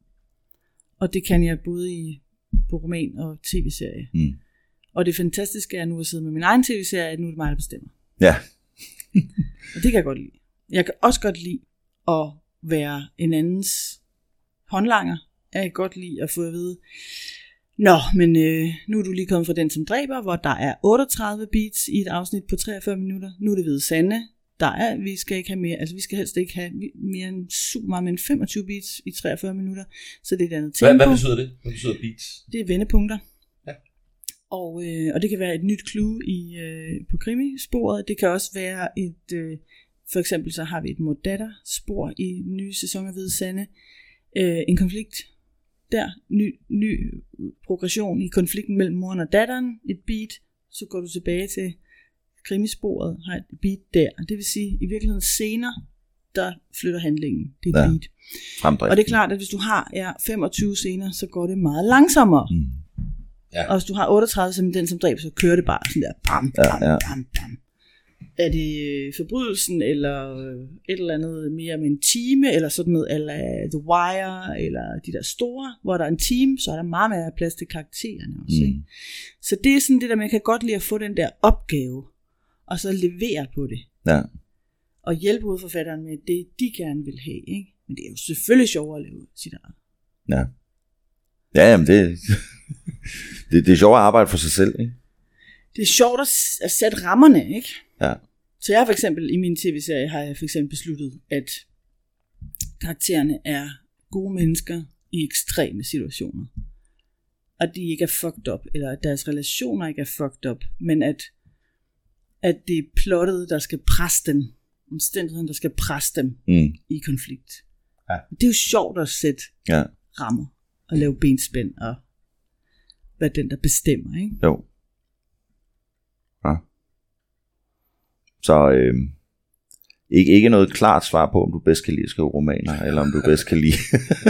[SPEAKER 3] Og det kan jeg både i på roman og tv-serie.
[SPEAKER 2] Mm.
[SPEAKER 3] Og det fantastiske er nu at sidde med min egen tv-serie, at nu er det mig, der bestemmer.
[SPEAKER 2] Ja.
[SPEAKER 3] Og det kan jeg godt lide. Jeg kan også godt lide at være en andens håndlanger. Jeg kan godt lide at få at vide, nå, men øh, nu er du lige kommet fra Den, som dræber, hvor der er otteogtredive beats i et afsnit på treogfyrre minutter. Nu er det Hvide Sande. Der er, vi skal ikke have mere, altså vi skal helst ikke have mere end super meget, men femogtyve beats i treogfyrre minutter. Så det er et andet tempo.
[SPEAKER 1] Hvad, hvad betyder det? Hvad betyder beats?
[SPEAKER 3] Det er vendepunkter.
[SPEAKER 1] Ja.
[SPEAKER 3] Og, øh, og det kan være et nyt clue i, øh, på krimisporet. Det kan også være et, øh, for eksempel så har vi et mor-datter-spor i den nye sæson af Hvide Sande. Øh, en konflikt der, ny, ny progression i konflikten mellem moren og datteren, et beat, så går du tilbage til krimisporet, har et beat der. Det vil sige, i virkeligheden scener, der flytter handlingen. Det er et
[SPEAKER 2] ja.
[SPEAKER 3] beat.
[SPEAKER 2] Fremdrift.
[SPEAKER 3] Og det er klart, at hvis du har ja, femogtyve scener, så går det meget langsommere. Mm.
[SPEAKER 1] Ja.
[SPEAKER 3] Og hvis du har otteogtredive, som Den, som dræber, så kører det bare sådan der, bam, bam,
[SPEAKER 2] ja, ja.
[SPEAKER 3] bam, bam. Er det forbrydelsen, eller et eller andet mere med en time, eller sådan noget, eller The Wire, eller de der store, hvor der er en team, så er der meget mere plads til karaktererne også. Mm. Ikke? Så det er sådan det der, man kan godt lide at få den der opgave, og så levere på det.
[SPEAKER 2] Ja.
[SPEAKER 3] Og hjælpe hovedforfatteren med det, de gerne vil have. Ikke? Men det er jo selvfølgelig sjovere at lave sit eget.
[SPEAKER 2] Ja. Ja, jamen det, det, det er sjovt at arbejde for sig selv, ikke?
[SPEAKER 3] Det er sjovt at, at sætte rammerne, ikke?
[SPEAKER 2] Ja.
[SPEAKER 3] Så jeg for eksempel, i min tv-serie, har jeg for eksempel besluttet, at karaktererne er gode mennesker i ekstreme situationer. At de ikke er fucked up, eller at deres relationer ikke er fucked up, men at, at det er plottet, der skal presse dem, omstændigheden, der skal presse dem
[SPEAKER 2] mm.
[SPEAKER 3] i konflikt.
[SPEAKER 1] Ja.
[SPEAKER 3] Det er jo sjovt at sætte
[SPEAKER 2] ja.
[SPEAKER 3] rammer, og lave benspænd, og være den, der bestemmer, ikke?
[SPEAKER 2] Jo. Ja. Så øh, ikke, ikke noget klart svar på, om du bedst kan lide at skrive romaner, eller om du bedst kan lide...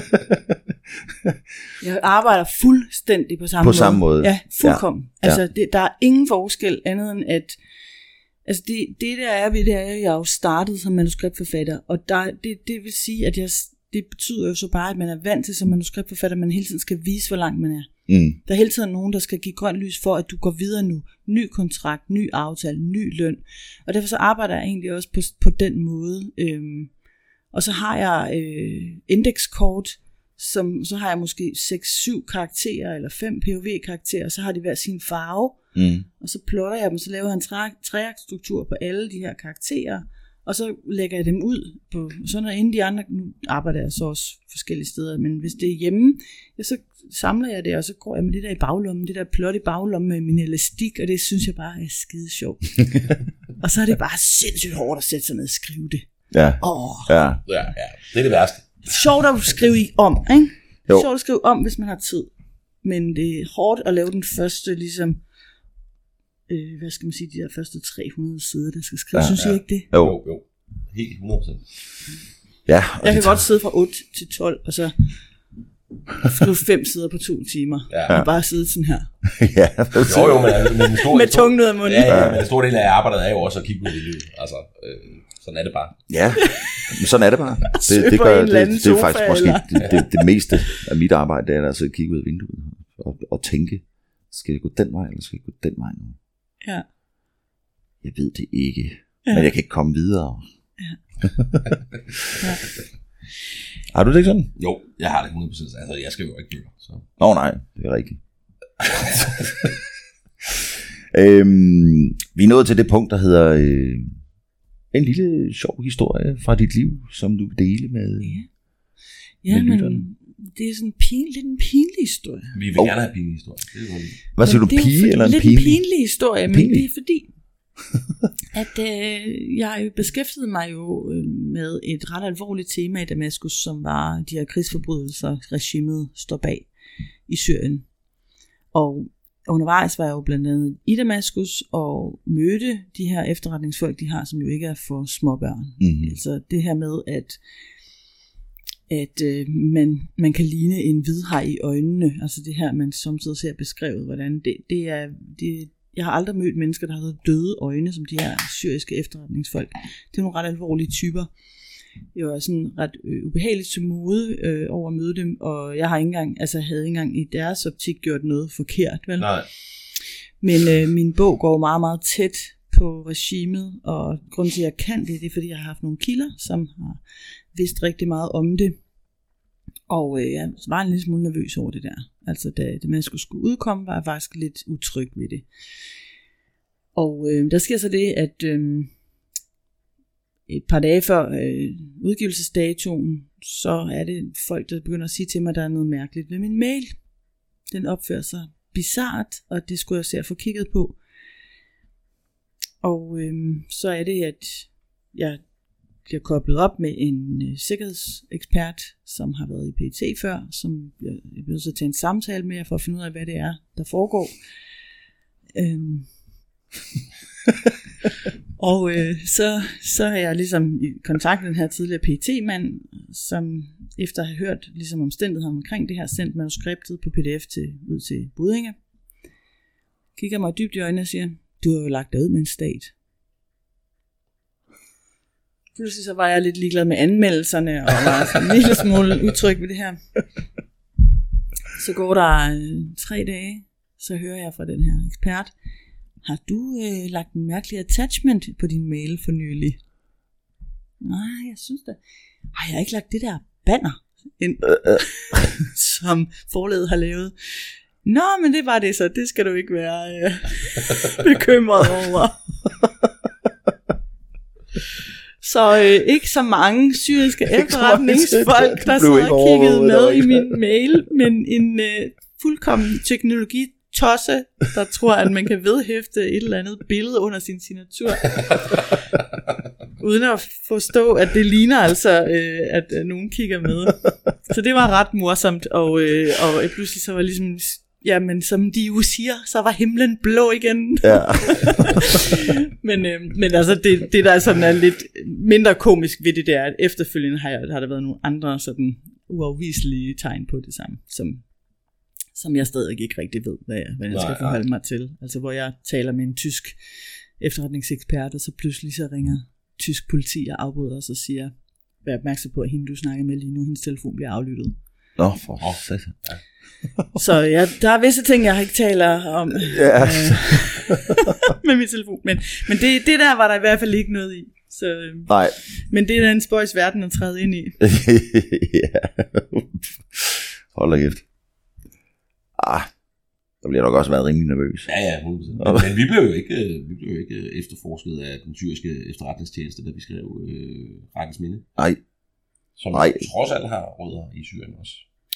[SPEAKER 3] Jeg arbejder fuldstændig på samme
[SPEAKER 2] på
[SPEAKER 3] måde.
[SPEAKER 2] På samme måde?
[SPEAKER 3] Ja, fuldkommen.
[SPEAKER 2] Ja.
[SPEAKER 3] Altså, det, der er ingen forskel andet end, at altså det, det der er ved det, er, at jeg har jo startet som manuskriptforfatter, og der, det, det vil sige, at jeg, det betyder jo så bare, at man er vant til som manuskriptforfatter, at man hele tiden skal vise, hvor langt man er.
[SPEAKER 2] Mm.
[SPEAKER 3] Der er hele tiden nogen, der skal give grønt lys for, at du går videre nu. Ny kontrakt, ny aftale, ny løn. Og derfor så arbejder jeg egentlig også på, på den måde. Øhm, og så har jeg øh, indekskort, som, så har jeg måske seks syv karakterer, eller fem P O V-karakterer, og så har de hver sin farve.
[SPEAKER 2] Mm.
[SPEAKER 3] Og så plotter jeg dem, så laver jeg en treaktstruktur på alle de her karakterer, og så lægger jeg dem ud på sådan noget, inden de andre, nu arbejder jeg så også forskellige steder, men hvis det er hjemme, ja, så samler jeg det, og så går jeg med det der i baglommen, det der plot i baglommen med min elastik, og det synes jeg bare er skide sjovt. Og så er det bare sindssygt hårdt at sætte sig ned og skrive det.
[SPEAKER 2] Ja.
[SPEAKER 3] Åh.
[SPEAKER 2] Ja.
[SPEAKER 1] Ja, ja, det er det værste.
[SPEAKER 3] Sjovt at skrive i om, ikke?
[SPEAKER 2] Jo.
[SPEAKER 3] Sjovt at skrive om, hvis man har tid. Men det er hårdt at lave den første, ligesom, øh, hvad skal man sige, de der første tre hundrede sider, der skal skrive. Ja, synes I
[SPEAKER 1] ja.
[SPEAKER 3] ikke det?
[SPEAKER 2] Jo.
[SPEAKER 1] Jo, jo. Helt hundrede procent.
[SPEAKER 2] Ja.
[SPEAKER 3] Jeg kan godt sidde fra otte til tolv, og så skrive fem sider på to timer.
[SPEAKER 1] Ja.
[SPEAKER 3] Og bare sidde sådan her.
[SPEAKER 2] Ja.
[SPEAKER 1] Jo, jo, men, altså, men en stor,
[SPEAKER 3] Med tungen ud af munden.
[SPEAKER 1] Ja, ja, men en stor del af arbejdet er jo også at kigge ud i livet. Altså, øh, sådan er det bare.
[SPEAKER 2] Ja, men sådan er det bare. Det, det, gør, det, det, det er faktisk måske det, det, det meste af mit arbejde, det er altså at kigge ud af vinduet og, og tænke, skal det gå den vej, eller skal det gå den vej nu?
[SPEAKER 3] Ja.
[SPEAKER 2] Jeg ved det ikke,
[SPEAKER 3] ja.
[SPEAKER 2] Men jeg kan ikke komme videre.
[SPEAKER 3] Ja. Ja.
[SPEAKER 2] Har du det ikke sådan?
[SPEAKER 1] Jo, jeg har det hundrede procent. Altså, jeg skriver jo ikke bøger. Så.
[SPEAKER 2] Nå nej, det er rigtigt. øhm, vi er nået til det punkt, der hedder øh, en lille sjov historie fra dit liv, som du vil dele med,
[SPEAKER 3] ja. Ja,
[SPEAKER 2] med
[SPEAKER 3] men det er sådan en pin, lidt en pinlig historie.
[SPEAKER 1] Vi vil
[SPEAKER 2] Oh.
[SPEAKER 1] gerne have pinlig historie. Det er
[SPEAKER 2] Hvad siger
[SPEAKER 3] Men
[SPEAKER 2] du,
[SPEAKER 3] det er jo
[SPEAKER 2] pige
[SPEAKER 3] for-
[SPEAKER 2] eller en
[SPEAKER 3] lidt
[SPEAKER 2] pinlig?
[SPEAKER 3] en pinlig historie, men
[SPEAKER 2] Pinlig?
[SPEAKER 3] det er fordi, at øh, jeg beskæftigede mig jo øh, med et ret alvorligt tema i Damaskus, som var de her krigsforbrydelser, regimet står bag i Syrien. Og undervejs var jeg jo blandt andet i Damaskus og mødte de her efterretningsfolk, de har, som jo ikke er for småbørn.
[SPEAKER 2] Mm-hmm.
[SPEAKER 3] Altså det her med, at at øh, man, man kan ligne en hvidhaj i øjnene. Altså det her, man samtidig ser beskrevet, hvordan det, det er... Det, jeg har aldrig mødt mennesker, der har havde døde øjne, som de her syriske efterretningsfolk. Det er nogle ret alvorlige typer. Jeg var sådan ret øh, ubehageligt til mode øh, over at møde dem, og jeg har ikke engang, altså havde ikke engang i deres optik gjort noget forkert, vel?
[SPEAKER 1] Nej.
[SPEAKER 3] Men øh, min bog går meget, meget tæt på regimet, og grunden til, at jeg kan det, det er, fordi jeg har haft nogle kilder, som har vidst rigtig meget om det. Og øh, jeg var en lille smule nervøs over det der. Altså da Damaskus skulle udkomme, var jeg faktisk lidt utryg ved det. Og øh, der sker så det, at øh, et par dage før øh, udgivelsesdatoen, så er det folk, der begynder at sige til mig, at der er noget mærkeligt ved min mail. Den opfører sig bizart, og det skulle jeg se at få kigget på. Og øh, så er det, at jeg bliver koblet op med en øh, sikkerhedsekspert, som har været i P E T før, som jeg, jeg bliver så til en samtale med for at finde ud af, hvad det er, der foregår. Øhm. og øh, så, så er jeg ligesom i kontakt med den her tidligere P E T-mand, som efter at have hørt ligesom omstændigheden omkring det her, sendt manuskriptet på P D F til, ud til Buddinge. Kigger mig dybt i øjnene og siger, du har jo lagt dig ud med en stat. Pludselig så var jeg lidt ligeglad med anmeldelserne, og var sådan en lille smule utryg ved det her. Så går der øh, tre dage, så hører jeg fra den her ekspert, har du øh, lagt en mærkelig attachment på din mail for nylig? Nej, jeg synes da. Har jeg ikke lagt det der banner ind, som forlaget har lavet? Nå, men det var det så, det skal du ikke være øh, bekymret over. Så øh, ikke så mange syriske efterretningsfolk, der sad og kiggede med i min mail, men en øh, fuldkommen teknologitosse, der tror, at man kan vedhæfte et eller andet billede under sin signatur. Uden at forstå, at det ligner altså, øh, at øh, nogen kigger med. Så det var ret morsomt, og, øh, og pludselig så var ligesom... Jamen, som de jo siger, så var himlen blå igen. Ja. men, øh, men altså, det, det der sådan er lidt mindre komisk ved det, det er, at efterfølgende har, jeg, har der været nogle andre sådan uafviselige tegn på det samme, som, som jeg stadig ikke rigtig ved, hvad jeg, hvad jeg skal forholde mig til. Altså, hvor jeg taler med en tysk efterretningsekspert, og så pludselig så ringer tysk politi og afbryder os og siger, vær opmærksom på, at hende, du snakker med lige nu, hendes telefon bliver aflyttet.
[SPEAKER 2] Nå, for satan. Ja.
[SPEAKER 3] Så ja, der er visse ting, jeg ikke taler om ja. øh, med min telefon. Men, men det, det der var der i hvert fald ikke noget i. Så, øh,
[SPEAKER 2] Nej.
[SPEAKER 3] Men det er en spøjs verden at træde ind i.
[SPEAKER 2] Ja. Hold da kæft. Ah, der bliver nok også været rimelig nervøs.
[SPEAKER 1] Ja, ja, hundrede procent. Men, men vi blev jo ikke, vi blev jo ikke efterforsket af den syriske efterretningstjeneste, da vi skrev øh, Rettens Minde.
[SPEAKER 2] Nej.
[SPEAKER 1] Som
[SPEAKER 2] Nej.
[SPEAKER 1] trods alt har rødder i Syrien også.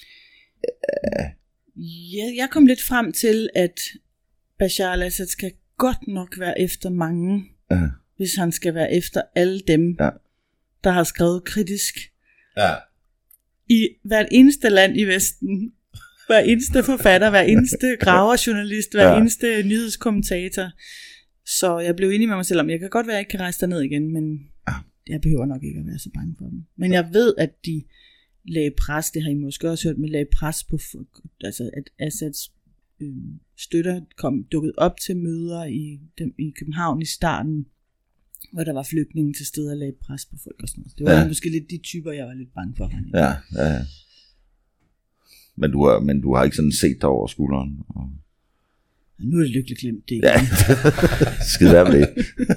[SPEAKER 3] Ja, jeg kom lidt frem til, at Bashar al-Assad skal godt nok være efter mange,
[SPEAKER 2] ja. Hvis
[SPEAKER 3] han skal være efter alle dem,
[SPEAKER 2] ja.
[SPEAKER 3] der har skrevet kritisk.
[SPEAKER 1] Ja.
[SPEAKER 3] I hvert eneste land i Vesten, hver eneste forfatter, hver eneste graverjournalist, hver ja. eneste nyhedskommentator. Så jeg blev enig med mig selv om, jeg kan godt være, at jeg ikke kan rejse derned igen, men ja. Jeg behøver nok ikke at være så bange for dem. Men jeg ved, at de lagde pres, det har I måske også hørt, men lagde pres på, altså at Assads øh, støtter kom dukket op til møder i, dem, i København i starten, hvor der var flygtninge til stede og lagde pres på folk og sådan noget. Det var ja. måske lidt de typer, jeg var lidt bange for.
[SPEAKER 2] Ja, ja, ja. Men du har, men du har ikke sådan set dig over skulderen? Og...
[SPEAKER 3] Nu er det lykkeligt glemt det.
[SPEAKER 2] Ja, skide være med det.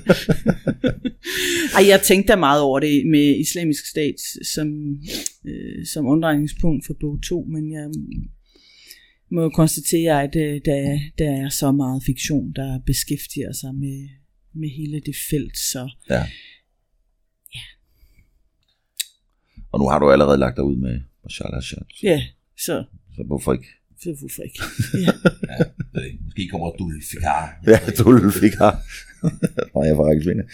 [SPEAKER 3] Ej, jeg tænkte da meget over det med Islamisk Stat som, øh, som omdrejningspunkt for bog to, men jeg må konstatere, at øh, der, der er så meget fiktion, der beskæftiger sig med, med hele det felt, så
[SPEAKER 2] Ja.
[SPEAKER 3] Ja.
[SPEAKER 2] Og nu har du allerede lagt dig ud med Charles Asher.
[SPEAKER 3] ja, så,
[SPEAKER 2] Så hvorfor ikke?
[SPEAKER 3] så hvorfor ikke? Ja.
[SPEAKER 1] Ja, det er det. Måske kommer Dulfikar.
[SPEAKER 2] Ja, du fik her. Nej, jeg var ikke vinde.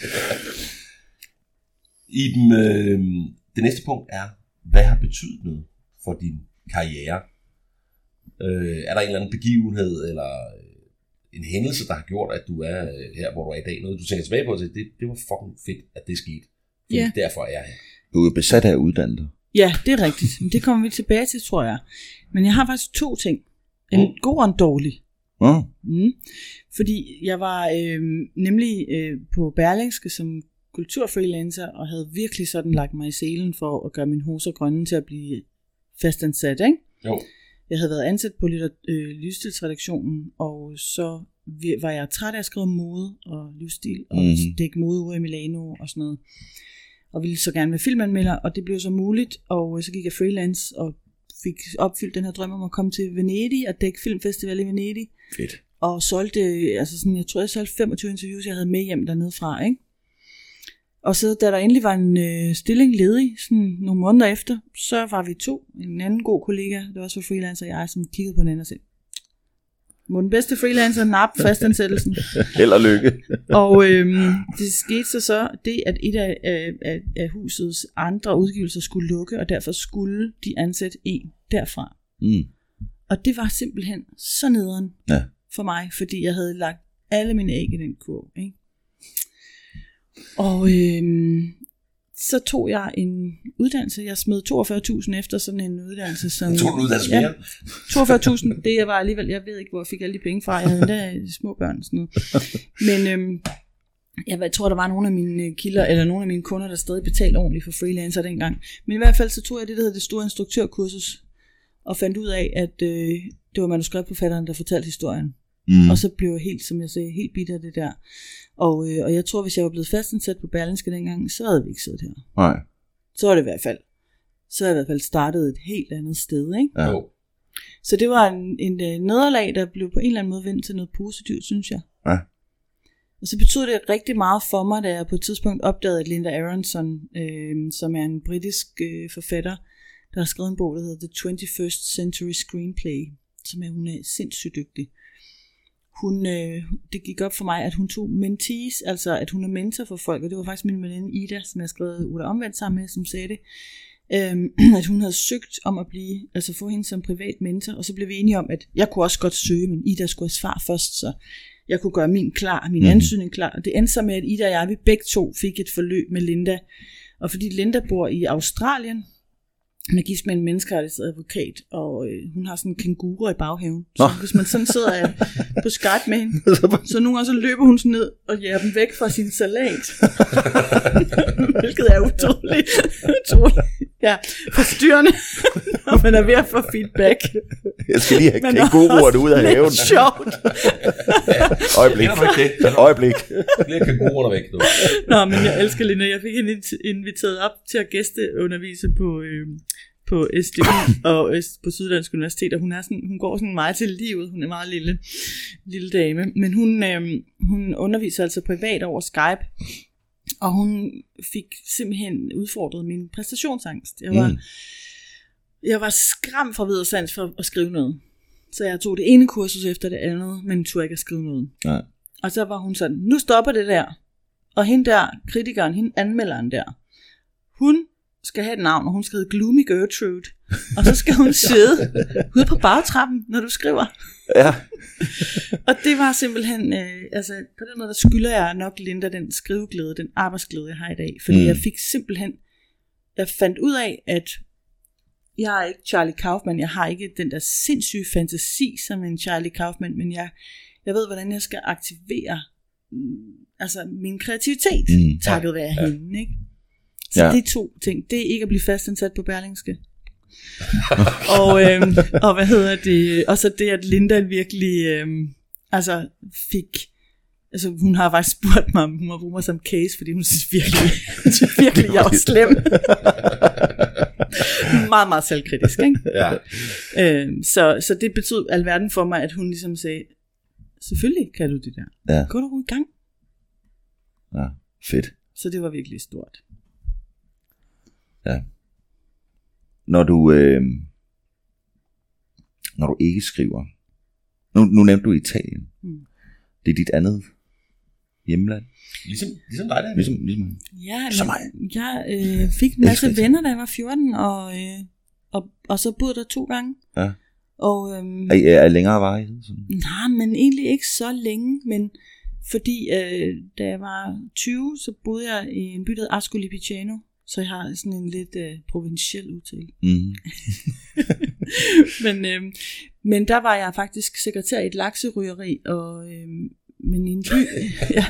[SPEAKER 1] Iben, øh, det næste punkt er, hvad har betydet noget for din karriere? Øh, er der en eller anden begivenhed, eller en hændelse, der har gjort, at du er her, hvor du er i dag? Noget, du tænker tilbage på, at det, det var fucking fedt, at det skete. Fordi
[SPEAKER 3] Ja.
[SPEAKER 1] derfor er jeg her.
[SPEAKER 2] Du er besat af at uddanne dig.
[SPEAKER 3] Ja, det er rigtigt. Men det kommer vi tilbage til, tror jeg. Men jeg har faktisk to ting. En
[SPEAKER 1] Mm.
[SPEAKER 3] god og en dårlig.
[SPEAKER 2] Mm.
[SPEAKER 3] Mm. Fordi jeg var øh, nemlig øh, på Berlingske som kulturfreelancer, og havde virkelig sådan lagt mig i selen for at gøre mine hoser grønne til at blive fastansat, ikke?
[SPEAKER 1] Jo.
[SPEAKER 3] Jeg havde været ansat på litter- øh, livsstilsredaktionen, og så vi- var jeg træt af at skrive mode og livsstil, og
[SPEAKER 2] Mhm.
[SPEAKER 3] mm-hmm. dække mode ude i Milano og sådan noget. Og ville så gerne være filmanmelder, og det blev så muligt, og øh, så gik jeg freelance og fik opfyldt den her drøm om at komme til Venedig og dække filmfestival i Venedig.
[SPEAKER 2] Fedt.
[SPEAKER 3] Og solgte, altså sådan, jeg tror jeg solgte femogtyve interviews, jeg havde med hjem dernede fra, ikke? Og så da der endelig var en øh, stilling ledig, sådan nogle måneder efter, så var vi to, en anden god kollega, det var også for freelancer, og jeg, som kiggede på hinanden og sagde, må den bedste freelancer nappe fastansættelsen.
[SPEAKER 2] Held og lykke.
[SPEAKER 3] Og øhm, det skete så så, det at et af, af, af husets andre udgivelser skulle lukke, og derfor skulle de ansætte en derfra.
[SPEAKER 2] Mm.
[SPEAKER 3] Og det var simpelthen så nederen
[SPEAKER 2] Ja.
[SPEAKER 3] for mig, fordi jeg havde lagt alle mine æg i den kurv, ikke? Og øhm, så tog jeg en uddannelse. Jeg smed toogfyrre tusind efter sådan en uddannelse. Som,
[SPEAKER 1] Tog du en uddannelse mere?
[SPEAKER 3] toogfyrre tusind, det var alligevel, jeg ved ikke, hvor jeg fik alle de penge fra. Jeg havde endda små børn og sådan noget. Men øhm, jeg tror, der var nogle af mine kilder, eller nogle af mine kunder, der stadig betalte ordentligt for freelancer dengang. Men i hvert fald så tog jeg det, der hedder det store instruktørkursus, og fandt ud af, at øh, det var manuskriptforfatteren, der fortalte historien.
[SPEAKER 2] Mm.
[SPEAKER 3] Og så blev jeg helt, som jeg sagde, helt bitter af det der. Og, øh, og jeg tror, hvis jeg var blevet fastansat på Berlingske dengang, så havde vi ikke siddet her.
[SPEAKER 2] Nej.
[SPEAKER 3] Så var det i hvert fald, så havde jeg i hvert fald startet et helt andet sted, ikke?
[SPEAKER 2] Ja.
[SPEAKER 1] Jo.
[SPEAKER 3] Så det var en, en, en nederlag, der blev på en eller anden måde vendt til noget positivt, synes jeg.
[SPEAKER 2] Ja.
[SPEAKER 3] Og så betød det rigtig meget for mig, da jeg på et tidspunkt opdagede, at Linda Aronson, øh, som er en britisk øh, forfatter, der har skrevet en bog, der hedder The twenty-first Century Screenplay, som er, hun er sindssygt dygtig. Hun, øh, det gik op for mig, at hun tog mentees, altså at hun er mentor for folk, og det var faktisk min veninde Ida, som jeg skrev Ulla Omvendt sammen med, som sagde det, øhm, at hun havde søgt om at blive, altså få hende som privat mentor, og så blev vi enige om, at jeg kunne også godt søge, men Ida skulle have svar først, så jeg kunne gøre min klar, min mm-hmm. ansøgning klar, og det endte så med, at Ida og jeg, vi begge to fik et forløb med Linda, og fordi Linda bor i Australien, hun er gift med en menneskerettighedsadvokat, og øh, hun har sådan en kænguru i baghaven. Så
[SPEAKER 2] Nå.
[SPEAKER 3] hvis man sådan sidder øh, på Skype med hende, så nogle gange så løber hun sådan ned og jager dem væk fra sin salat. Hvilket er utroligt, utroligt ja, forstyrrende, når man er ved at få feedback.
[SPEAKER 2] Jeg skal lige have
[SPEAKER 3] Men
[SPEAKER 2] kænguruerne ud af
[SPEAKER 3] lidt
[SPEAKER 2] haven.
[SPEAKER 3] sjovt.
[SPEAKER 2] Øjeblik.
[SPEAKER 1] Kender du ikke det?
[SPEAKER 2] Øjeblik.
[SPEAKER 1] Flere kænguruerne væk nu.
[SPEAKER 3] Nå, men jeg elsker Linda. Jeg fik hende inviteret op til at gæsteundervise på, øh, på S D U og øh, på Syddansk Universitet, og hun, er sådan, hun går sådan meget til livet. Hun er meget lille, lille dame. Men hun, øh, hun underviser altså privat over Skype, og hun fik simpelthen udfordret min præstationsangst. Jeg var, mm. jeg var skræmt fra videre sans for at skrive noget. Så jeg tog det ene kursus efter det andet, men turde ikke at skrive noget.
[SPEAKER 2] Ja.
[SPEAKER 3] Og så var hun sådan, nu stopper det der. Og hende der, kritikeren, hende anmelderen der, hun skal have et navn, og hun skal hedde Gloomy Gertrude. Og så skal hun sidde ude på bagtrappen, når du skriver.
[SPEAKER 2] Ja.
[SPEAKER 3] Og det var simpelthen, øh, altså på den måde, der skylder jeg nok Linda den skriveglæde, den arbejdsglæde, jeg har i dag. Fordi mm. jeg fik simpelthen, jeg fandt ud af, at jeg er ikke Charlie Kaufman, jeg har ikke den der sindssyge fantasi som en Charlie Kaufman, men jeg, jeg ved, hvordan jeg skal aktivere mm, altså min kreativitet, mm. takket være ja. hende, ikke? Så ja. det er to ting. Det er ikke at blive fastansat på Berlingske. og, øhm, og hvad hedder det? Og så det, at Linda virkelig øhm, altså fik, altså hun har faktisk spurgt mig, om hun må bruge mig som case, fordi hun synes virkelig, hun synes virkelig, jeg var slem. meget, meget selvkritisk, ikke?
[SPEAKER 1] Ja.
[SPEAKER 3] Øh, så, så det betød alverden for mig, at hun ligesom sagde, selvfølgelig kan du det der.
[SPEAKER 2] Ja.
[SPEAKER 3] Gå du i gang.
[SPEAKER 2] Ja, fedt.
[SPEAKER 3] Så det var virkelig stort.
[SPEAKER 2] Ja. Når du, øh, når du ikke skriver, nu, nu nævnte du Italien. Mm. Det er dit andet hjemland.
[SPEAKER 1] Ligesom, ligesom dig der.
[SPEAKER 2] Ligesom, ligesom.
[SPEAKER 3] Ja,
[SPEAKER 2] Som
[SPEAKER 3] men, jeg øh, fik en masse venner, da jeg var fjorten, og, øh, og, og så boede der to gange.
[SPEAKER 2] Ja.
[SPEAKER 3] Og, øhm,
[SPEAKER 2] Er, er længere varighed? Sådan?
[SPEAKER 3] nej, men egentlig ikke så længe, men fordi øh, da jeg var tyve, så boede jeg i en by, der hed Ascoli Piceno, så jeg har sådan en lidt øh, provinciel udtale.
[SPEAKER 2] Mm.
[SPEAKER 3] men, øh, men der var jeg faktisk sekretær i et lakserygeri, og øh, men i en by, ja,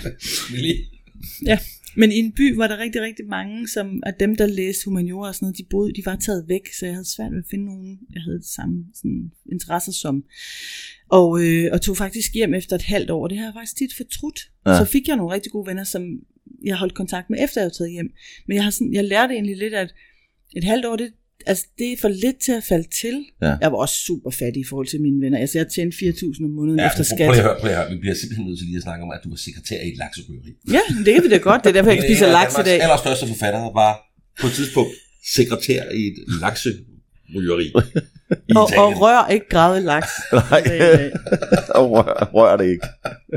[SPEAKER 3] ja, men i en by var der rigtig, rigtig mange, som af dem, der læste humaniora og sådan noget, de boede, de var taget væk, så jeg havde svært ved at finde nogen, jeg havde det samme sådan, interesser som. Og, øh, og tog faktisk hjem efter et halvt år, det har jeg faktisk tit fortrudt. Ja. Så fik jeg nogle rigtig gode venner, som jeg holdt kontakt med, efter jeg havde taget hjem. Men jeg, har sådan, jeg lærte egentlig lidt, at et halvt år, det, altså, det er for lidt til at falde til. Ja. Jeg var også super fattig i forhold til mine venner. Altså, jeg tjente fire tusind om måneden ja, efter skat.
[SPEAKER 1] Prøv at høre, prøv at høre. Vi bliver simpelthen nødt til lige at snakke om, at du var sekretær i et lakserygeri.
[SPEAKER 3] Ja, det kan vi da godt. Det er derfor, jeg ikke spiser laks i dag.
[SPEAKER 1] Danmarks allerstørste forfatter var på et tidspunkt sekretær i et lakserygeri.
[SPEAKER 3] og, og rør ikke gravet laks.
[SPEAKER 2] Nej, og rør, rør det ikke.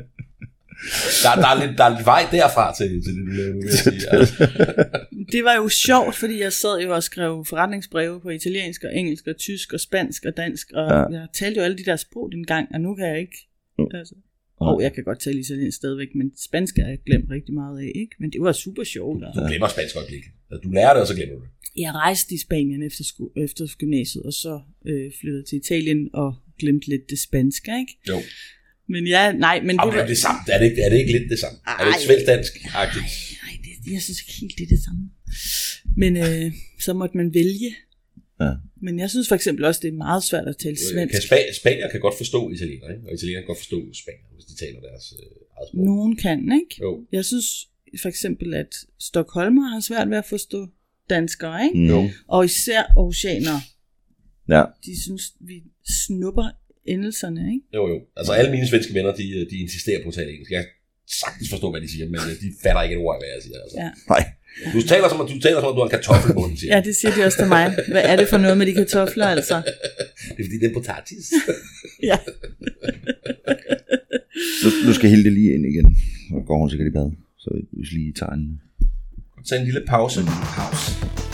[SPEAKER 1] Der, der, er lidt, der er lidt vej derfra til, til det, du laver nu, vil jeg sige. Altså.
[SPEAKER 3] Det var jo sjovt, fordi jeg sad jo og skrev forretningsbreve på italiensk og engelsk og tysk og spansk og dansk, og ja. Jeg talte jo alle de der sprog dengang, og nu kan jeg ikke. Altså. Og jeg kan godt tale italiensk stadigvæk, men spansk har jeg glemt rigtig meget af, ikke? Men det var super sjovt. Altså.
[SPEAKER 1] Du glemmer spansk øjeblik. Du lærer det, og så glemmer du det.
[SPEAKER 3] Jeg rejste i Spanien efter, sku- efter gymnasiet, og så øh, flyttede til Italien og glemte lidt det spanske, ikke?
[SPEAKER 1] Jo.
[SPEAKER 3] Men ja, nej, men
[SPEAKER 1] det, var... det, samme. Er, det ikke, er det ikke lidt det samme? Ej, er det ikke svensk-dansk-agtigt?
[SPEAKER 3] Nej, nej det, jeg synes ikke helt, det er det samme. Men øh, så måtte man vælge. Ja. Men jeg synes for eksempel også, det er meget svært at tale svensk.
[SPEAKER 1] Kan Sp- Spanier kan godt forstå italiener, ikke? Og italienere kan godt forstå spanier, hvis de taler deres øh, eget sprog.
[SPEAKER 3] Nogen kan, ikke? Jo. Jeg synes for eksempel, at Stockholmer har svært ved at forstå danskere, ikke?
[SPEAKER 2] Mm. Jo.
[SPEAKER 3] Og især oceanere.
[SPEAKER 2] Ja.
[SPEAKER 3] De synes, vi snupper endelserne, ikke?
[SPEAKER 1] Jo, jo. Altså alle mine svenske venner, de, de insisterer på at tale engelsk. Jeg kan sagtens forstå, hvad de siger, men de fatter ikke et ord af, hvad jeg siger. Altså.
[SPEAKER 3] Ja.
[SPEAKER 2] Nej.
[SPEAKER 1] Du taler som, du taler som, at du har en kartoffel på den, siger.
[SPEAKER 3] Ja, det siger de også til mig. Hvad er det for noget med de kartofler, altså?
[SPEAKER 1] Det er fordi, det er potatis.
[SPEAKER 3] Ja.
[SPEAKER 2] nu, nu skal Hilde lige ind igen. Så går hun sikkert i bad. Så vi skal lige tage en...
[SPEAKER 1] Så en lille pause. En lille pause.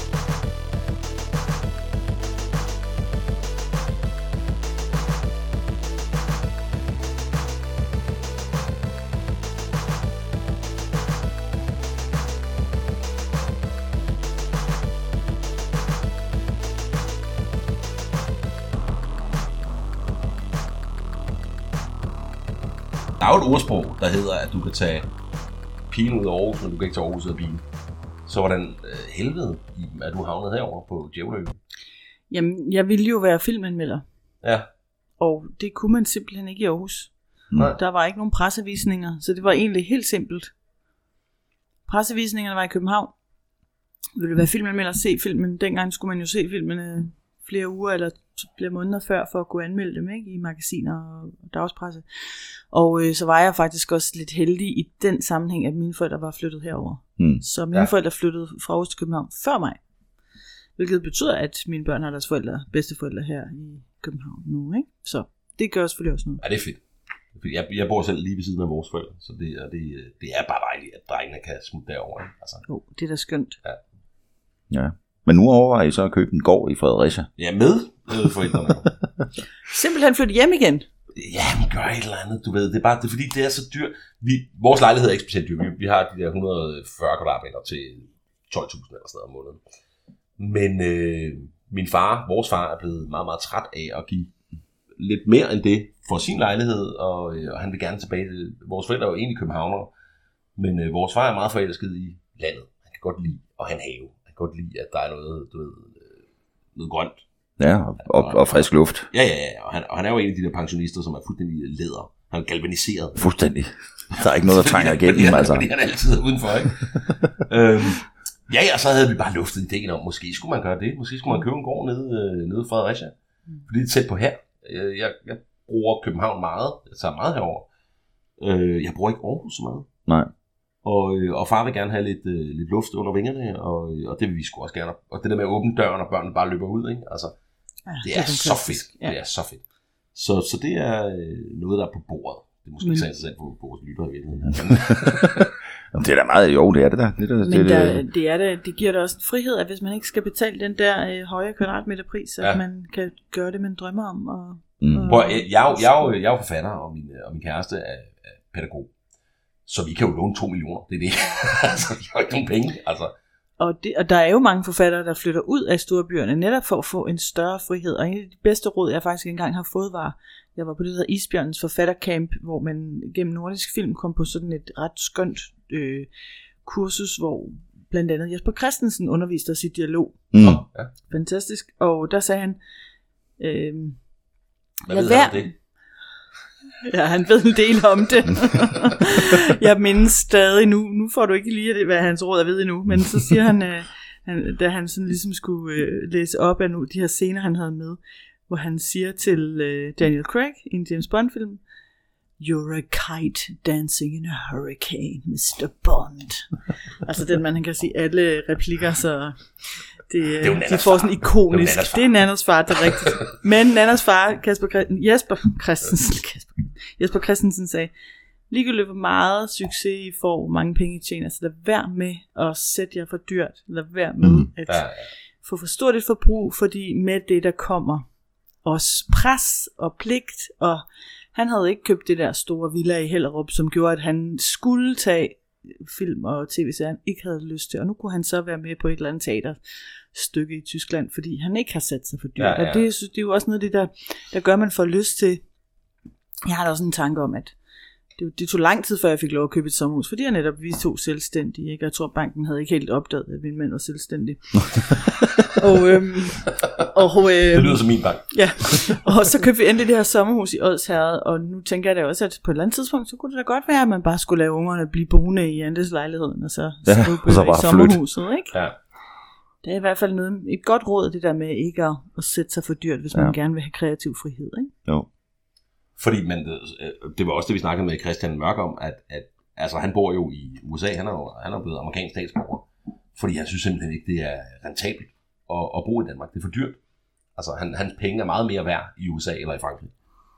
[SPEAKER 1] Der er jo et ordsprog, der hedder, at du kan tage pigen ud af Aarhus, men du kan ikke tage Aarhus ud af bilen. Så hvordan øh, helvede er du havnet herovre på Djævleøen?
[SPEAKER 3] Jamen, jeg ville jo være filmanmelder.
[SPEAKER 1] Ja.
[SPEAKER 3] Og det kunne man simpelthen ikke i Aarhus.
[SPEAKER 1] Mm.
[SPEAKER 3] Der var ikke nogen pressevisninger, så det var egentlig helt simpelt. Pressevisningerne var i København. Ville du være filmanmelder, se filmen. Dengang skulle man jo se filmene flere uger eller flere måneder før, for at kunne anmelde dem, ikke? I magasiner og dagspresse. Og øh, så var jeg faktisk også lidt heldig i den sammenhæng, at mine forældre var flyttet herover. Mm. Så mine ja. forældre flyttede fra Aarhus til København før mig. Hvilket betyder, at mine børn har deres forældre, bedsteforældre her i København nu, ikke? Så det gør selvfølgelig også noget.
[SPEAKER 1] Ja, det er fedt. Jeg, jeg bor selv lige ved siden af vores forældre, så det, det, det er bare dejligt, at drengene kan smutte derover. Altså.
[SPEAKER 3] Jo, det er da skønt.
[SPEAKER 1] Ja.
[SPEAKER 2] Ja. Men nu overvejer I så at købe en gård i Fredericia.
[SPEAKER 1] Ja, med øh, forældrene.
[SPEAKER 3] Simpelthen flytte hjem igen.
[SPEAKER 1] Ja, men gør et eller andet, du ved. Det er bare det er, fordi, det er så dyrt. Vi, vores lejlighed er ikke specielt dyr. Vi, vi har de der et hundrede og fyrre kvadratmeter til tolv tusind eller sådan noget om måneden. Men øh, min far, vores far, er blevet meget, meget træt af at give lidt mere end det for sin lejlighed, og, øh, og han vil gerne tilbage til... Vores forældre er jo egentlig københavnere, men øh, vores far er meget forelsket i landet. Han kan godt lide at have en have. Han kan godt lide, at der er noget, du ved, noget grønt.
[SPEAKER 2] Ja, og, og, og frisk luft.
[SPEAKER 1] Ja, ja, ja. Og han, og han er jo en af de der pensionister, som er fuldstændig læder. Han er galvaniseret.
[SPEAKER 2] Fuldstændig. Der er ikke noget, der trænger igennem,
[SPEAKER 1] fordi,
[SPEAKER 2] altså.
[SPEAKER 1] Fordi han er altid udenfor, ikke? øhm, Ja, ja, så havde vi bare luftet ideen om, måske skulle man gøre det. Måske skulle man købe en gård nede, øh, nede i Fredericia. Mm. Fordi det er tæt på her. Jeg, jeg, jeg bruger København meget. Jeg tager meget herover. Øh, jeg bruger ikke Aarhus så meget.
[SPEAKER 2] Nej.
[SPEAKER 1] Og, øh, og far vil gerne have lidt, øh, lidt luft under vingerne, og, og det vil vi sgu også gerne. Og det der med at åbne døren, og børnene bare løber ud, ikke? Altså, ja, det, er det er så fedt. Ja. Det er så fedt. Så, så det er øh, noget, der er på bordet. Det er måske ikke så interessant på vores lytter i virkeligheden.
[SPEAKER 2] Jamen, det er da meget, jo, det er det der. Det, der,
[SPEAKER 3] Men
[SPEAKER 2] det,
[SPEAKER 3] der, det, er det, det giver da også en frihed, at hvis man ikke skal betale den der øh, høje kvadratmeterpris, at ja. man kan gøre det, man drømmer om. Og,
[SPEAKER 2] mm.
[SPEAKER 3] og,
[SPEAKER 1] Prøv, jeg, jeg, jeg, jeg er jo forfatter, og min, og min kæreste er, er pædagog. Så vi kan jo låne to millioner, det er det. Altså, vi har ikke nogen penge, altså.
[SPEAKER 3] Og, det, og der er jo mange forfattere, der flytter ud af storbyerne, netop for at få en større frihed. Og en af de bedste råd, jeg faktisk engang har fået, var, jeg var på det der Isbjørnens forfattercamp, hvor man gennem nordisk film kom på sådan et ret skønt øh, kursus, hvor blandt andet Jesper Christensen underviste os i dialog.
[SPEAKER 2] Mm.
[SPEAKER 1] Ja.
[SPEAKER 3] Fantastisk. Og der sagde han, øh,
[SPEAKER 1] hvad ved han om det?
[SPEAKER 3] Ja, han ved en del om det. Jeg mindes stadig nu. Nu får du ikke lige det, hvad hans råd er ved endnu. Men så siger han, øh, han da han sådan ligesom skulle øh, læse op af nu, de her scener, han havde med, hvor han siger til øh, Daniel Craig i en James Bond-film, "You're a kite dancing in a hurricane, mister Bond." Altså den mand, han kan sige alle replikker, så det, det de får sådan ikonisk. Det er Nannas far, det er rigtigt. Men Nannas far, Kasper, Jesper Christensen, Kasper, Jesper Christensen sagde, ligegyldigt hvor meget succes I får, hvor mange penge I tjener, så lad være med at sætte jer for dyrt. Lad være med mm. at få for stort et forbrug, fordi med det der kommer også pres og pligt, og han havde ikke købt det der store villa i Hellerup, som gjorde, at han skulle tage film og tv-serier, han ikke havde lyst til. Og nu kunne han så være med på et eller andet teaterstykke i Tyskland, fordi han ikke har sat sig for dyrt. Ja, ja. Og det, det er jo også noget af det, der, der gør, man får lyst til. Jeg har da også en tanke om, at det, det tog lang tid, før jeg fik lov at købe et sommerhus, fordi jeg netop vi to selvstændige. Ikke? Jeg tror, banken havde ikke helt opdaget, at min mand var selvstændig. og, øhm, og, øhm,
[SPEAKER 1] det lyder som min bank.
[SPEAKER 3] Ja, og så købte vi endelig det her sommerhus i Odsherred, og nu tænker jeg da også, at på et eller andet tidspunkt, så kunne det da godt være, at man bare skulle lade ungerne blive boende i andelslejligheden, og så
[SPEAKER 2] ja,
[SPEAKER 3] skrive
[SPEAKER 2] og så bare
[SPEAKER 3] i sommerhuset, flyt. Ikke?
[SPEAKER 1] Ja.
[SPEAKER 3] Det er i hvert fald noget, et godt råd, det der med ikke at, at sætte sig for dyrt, hvis man ja. gerne vil have kreativ frihed. Ikke?
[SPEAKER 2] Jo.
[SPEAKER 1] Fordi man, det var også det, vi snakkede med Christian Mørk om, at, at altså, han bor jo i U S A, han er jo han er blevet amerikansk statsborger, fordi han synes simpelthen ikke, det er rentabelt at, at bo i Danmark. Det er for dyrt. Altså, han, hans penge er meget mere værd i U S A eller i Frankrig.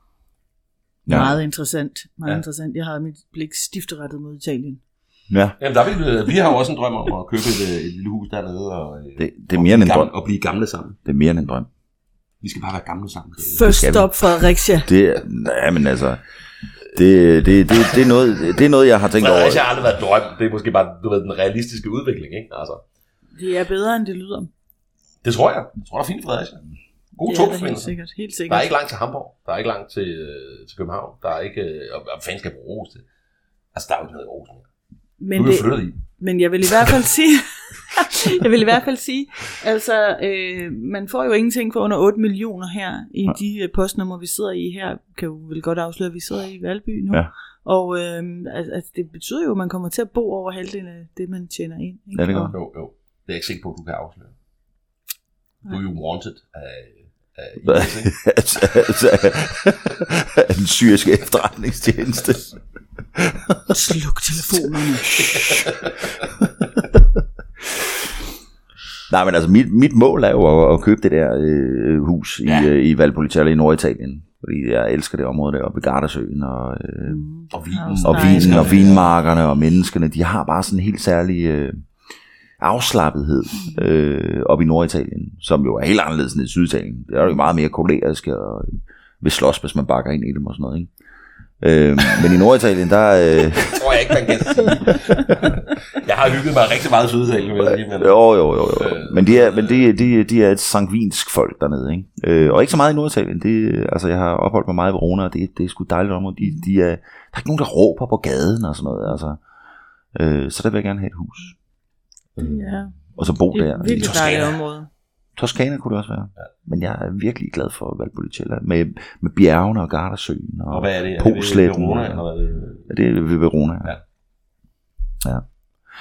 [SPEAKER 3] Ja. Meget interessant. Meget ja. interessant. Jeg har mit blik stifterettet mod Italien.
[SPEAKER 2] Ja.
[SPEAKER 1] Jamen, der vil, vi har jo også en drøm om at købe et, et lille hus dernede og,
[SPEAKER 2] det, det er mere end en drøm.
[SPEAKER 1] Og blive gamle sammen.
[SPEAKER 2] Det er mere end en drøm.
[SPEAKER 1] Vi skal bare være gamle sammen.
[SPEAKER 3] First stop Fredericia.
[SPEAKER 2] Det, nej, men altså, det, det, det, det, er noget, det er noget, jeg har tænkt over.
[SPEAKER 1] Fredericia har aldrig været drøm. Det er måske bare, du ved, den realistiske udvikling, ikke? Altså.
[SPEAKER 3] Det er bedre, end det lyder.
[SPEAKER 1] Det tror jeg. Jeg tror, der er fint i Fredericia. God togforbindelse.
[SPEAKER 3] Helt sikkert, helt sikkert.
[SPEAKER 1] Der er ikke langt til Hamburg. Der er ikke langt til, til København. Der er ikke, og hvad fanden skal bruge Aarhus til? Altså, der er jo ikke noget i Aarhus mere.
[SPEAKER 3] Men,
[SPEAKER 1] du er jo flyttet i.
[SPEAKER 3] Men jeg vil i hvert fald sige, jeg vil i hvert fald sige, altså, øh, man får jo ingenting for under otte millioner her i ja. de postnummer, vi sidder i her. Kan jo vel godt afsløre, at vi sidder i Valby nu.
[SPEAKER 2] Ja.
[SPEAKER 3] Og øh, altså, det betyder jo, at man kommer til at bo over halvdelen af det, man tjener ind. Ikke?
[SPEAKER 2] Ja, det gør.
[SPEAKER 1] Jo, jo. Det er jeg ikke sikker på, at du kan afsløre. Du er jo wanted af...
[SPEAKER 2] af den syriske efterretningstjeneste.
[SPEAKER 3] Sluk telefonerne.
[SPEAKER 2] Nej, men altså mit, mit mål er jo at, at købe det der øh, hus i, ja. øh, i Valpolicella i Norditalien, fordi jeg elsker det område der, og ved Gardasøen og, øh,
[SPEAKER 1] mm. og vinen
[SPEAKER 2] og, vinen, og vinmarkerne og menneskerne. De har bare sådan en helt særlig øh, afslappethed øh, op i Norditalien, som jo er helt anderledes end i Syditalien. Det er jo meget mere kolerisk og vil slås, hvis man bakker ind i dem og sådan noget, ikke? Øh, men i Norditalien, der... Øh...
[SPEAKER 1] Det tror jeg ikke, man kan sige. Jeg har hygget mig rigtig meget i Syditalien. Men...
[SPEAKER 2] Jo, jo, jo. jo. Men, de er, men de, de, de er et sangvinsk folk dernede, ikke? Øh, og ikke så meget i Norditalien. Det, altså, jeg har opholdt mig meget i Verona, og det, det er sgu dejligt område. De, de er, der er ikke nogen, der råber på gaden og sådan noget. Altså. Øh, så der vil jeg gerne have et hus.
[SPEAKER 3] Ja.
[SPEAKER 2] Og så bo
[SPEAKER 3] det er
[SPEAKER 2] der.
[SPEAKER 3] Det er virkelig dejligt område.
[SPEAKER 2] Toskana kunne det også være. Ja. Men jeg er virkelig glad for Valpolicella. Med, med bjergene og Gardasøen.
[SPEAKER 1] Og, og hvad er det?
[SPEAKER 2] Posletten.
[SPEAKER 1] Er det ved Verona? Eller hvad er det?
[SPEAKER 2] Ja, det er ved Verona.
[SPEAKER 1] Ja.
[SPEAKER 2] Ja.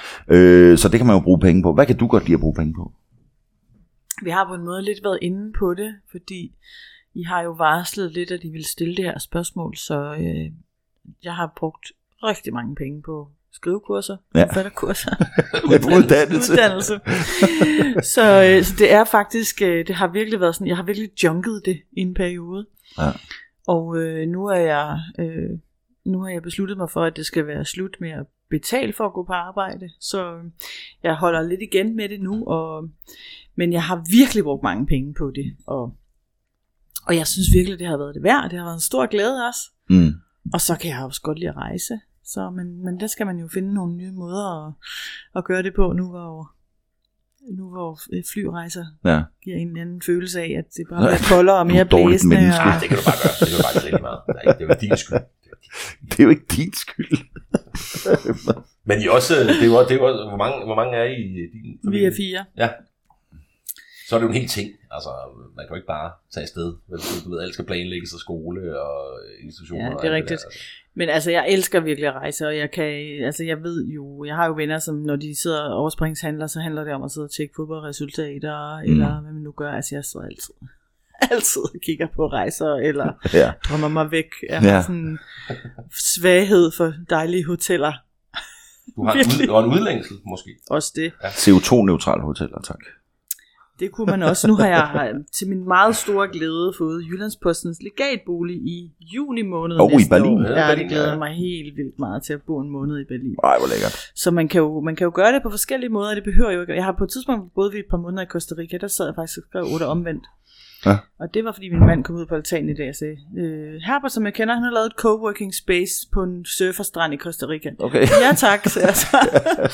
[SPEAKER 2] Øh, så det kan man jo bruge penge på. Hvad kan du godt lide at bruge penge på?
[SPEAKER 3] Vi har på en måde lidt været inde på det, fordi I har jo varslet lidt, at I vil stille det her spørgsmål, så øh, jeg har brugt rigtig mange penge på skrivekurser,
[SPEAKER 2] ja.
[SPEAKER 3] forfatterkurser,
[SPEAKER 2] uddannelse.
[SPEAKER 3] uddannelse. så, øh, så det er faktisk, øh, det har virkelig været sådan, jeg har virkelig junket det i en periode.
[SPEAKER 2] Ja.
[SPEAKER 3] Og øh, nu er jeg, øh, nu har jeg besluttet mig for, at det skal være slut med at betale for at gå på arbejde, så øh, jeg holder lidt igen med det nu, og, men jeg har virkelig brugt mange penge på det, og, og jeg synes virkelig, det har været det værd, det har været en stor glæde også,
[SPEAKER 2] mm.
[SPEAKER 3] og så kan jeg også godt lide at rejse, så, men, men der skal man jo finde nogle nye måder at, at gøre det på, nu hvor, nu hvor flyrejser ja. giver en eller anden følelse af, at det bare bliver koldere og mere blæsende. Og...
[SPEAKER 1] Ja, det kan du bare gøre, det kan du bare gøre lidt meget, det er jo ikke din skyld.
[SPEAKER 2] Det er jo ikke din skyld.
[SPEAKER 1] Men I også, det er jo, det er jo, hvor mange, hvor mange er I i din familie?
[SPEAKER 3] Vi er fire.
[SPEAKER 1] Ja. Så er det jo en hel ting. Altså, man kan jo ikke bare tage afsted. Du ved, alt skal planlægges af skole og institutioner.
[SPEAKER 3] Ja, det er rigtigt. Det Men altså, jeg elsker virkelig at rejse, og jeg kan, altså, jeg ved jo, jeg har jo venner, som når de sidder og overspringshandler, så handler det om at sidde og tjekke fodboldresultater, mm. eller hvad man nu gør. Altså, jeg sidder altid, altid og kigger på rejser, eller ja. drømmer mig væk. Jeg ja. har sådan en svaghed for dejlige hoteller.
[SPEAKER 1] Du har ud, du har en udlængsel, måske.
[SPEAKER 3] Også det.
[SPEAKER 2] Ja. C O to neutrale hoteller, tak.
[SPEAKER 3] Det kunne man også. Nu har jeg til min meget store glæde fået Jyllandspostens legatbolig i juni måned
[SPEAKER 2] oh,
[SPEAKER 3] næste
[SPEAKER 2] i Berlin.
[SPEAKER 3] år. Ja, det glæder mig helt vildt meget til at bo en måned i Berlin.
[SPEAKER 2] Ej, hvor lækkert.
[SPEAKER 3] Så man kan, jo, man kan jo gøre det på forskellige måder. Det behøver jo ikke. Jeg har på et tidspunkt boet et par måneder i Costa Rica. Der sad jeg faktisk og skrev otte omvendt. Ja. Og det var fordi min mand kom ud på altanen i dag og sagde, øh, Herbert, som jeg kender, han har lavet et coworking space på en surferstrand i Costa Rica.
[SPEAKER 2] Okay.
[SPEAKER 3] Ja tak, så jeg så.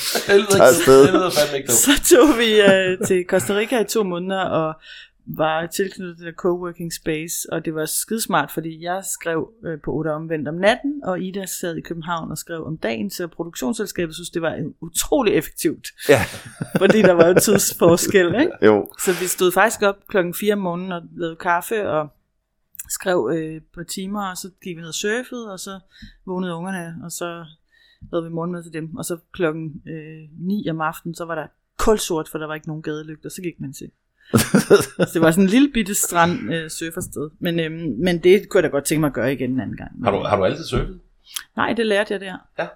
[SPEAKER 3] Så tog vi øh, til Costa Rica i to måneder og var tilknyttet til det coworking space, og det var skidesmart, fordi jeg skrev øh, på otte omvendt om natten, og Ida sad i København og skrev om dagen, så produktionsselskabet synes, det var utrolig effektivt. Ja. Fordi der var jo tidsforskel, ikke?
[SPEAKER 2] Jo.
[SPEAKER 3] Så vi stod faktisk op klokken fire om morgenen og lavede kaffe og skrev øh, på timer, og så gik vi ned og surfede, og så vågnede ungerne, og så lavede vi morgenmad til dem, og så klokken øh, ni om aftenen, så var der kulsort, for der var ikke nogen gadelygter, så gik man til. Så det var sådan en lille bitte strand øh, surfersted. Men, øh, men det kunne jeg da godt tænke mig at gøre igen en anden gang.
[SPEAKER 1] Har du, har du altid surfet?
[SPEAKER 3] Nej, det lærte jeg der.
[SPEAKER 1] Ja.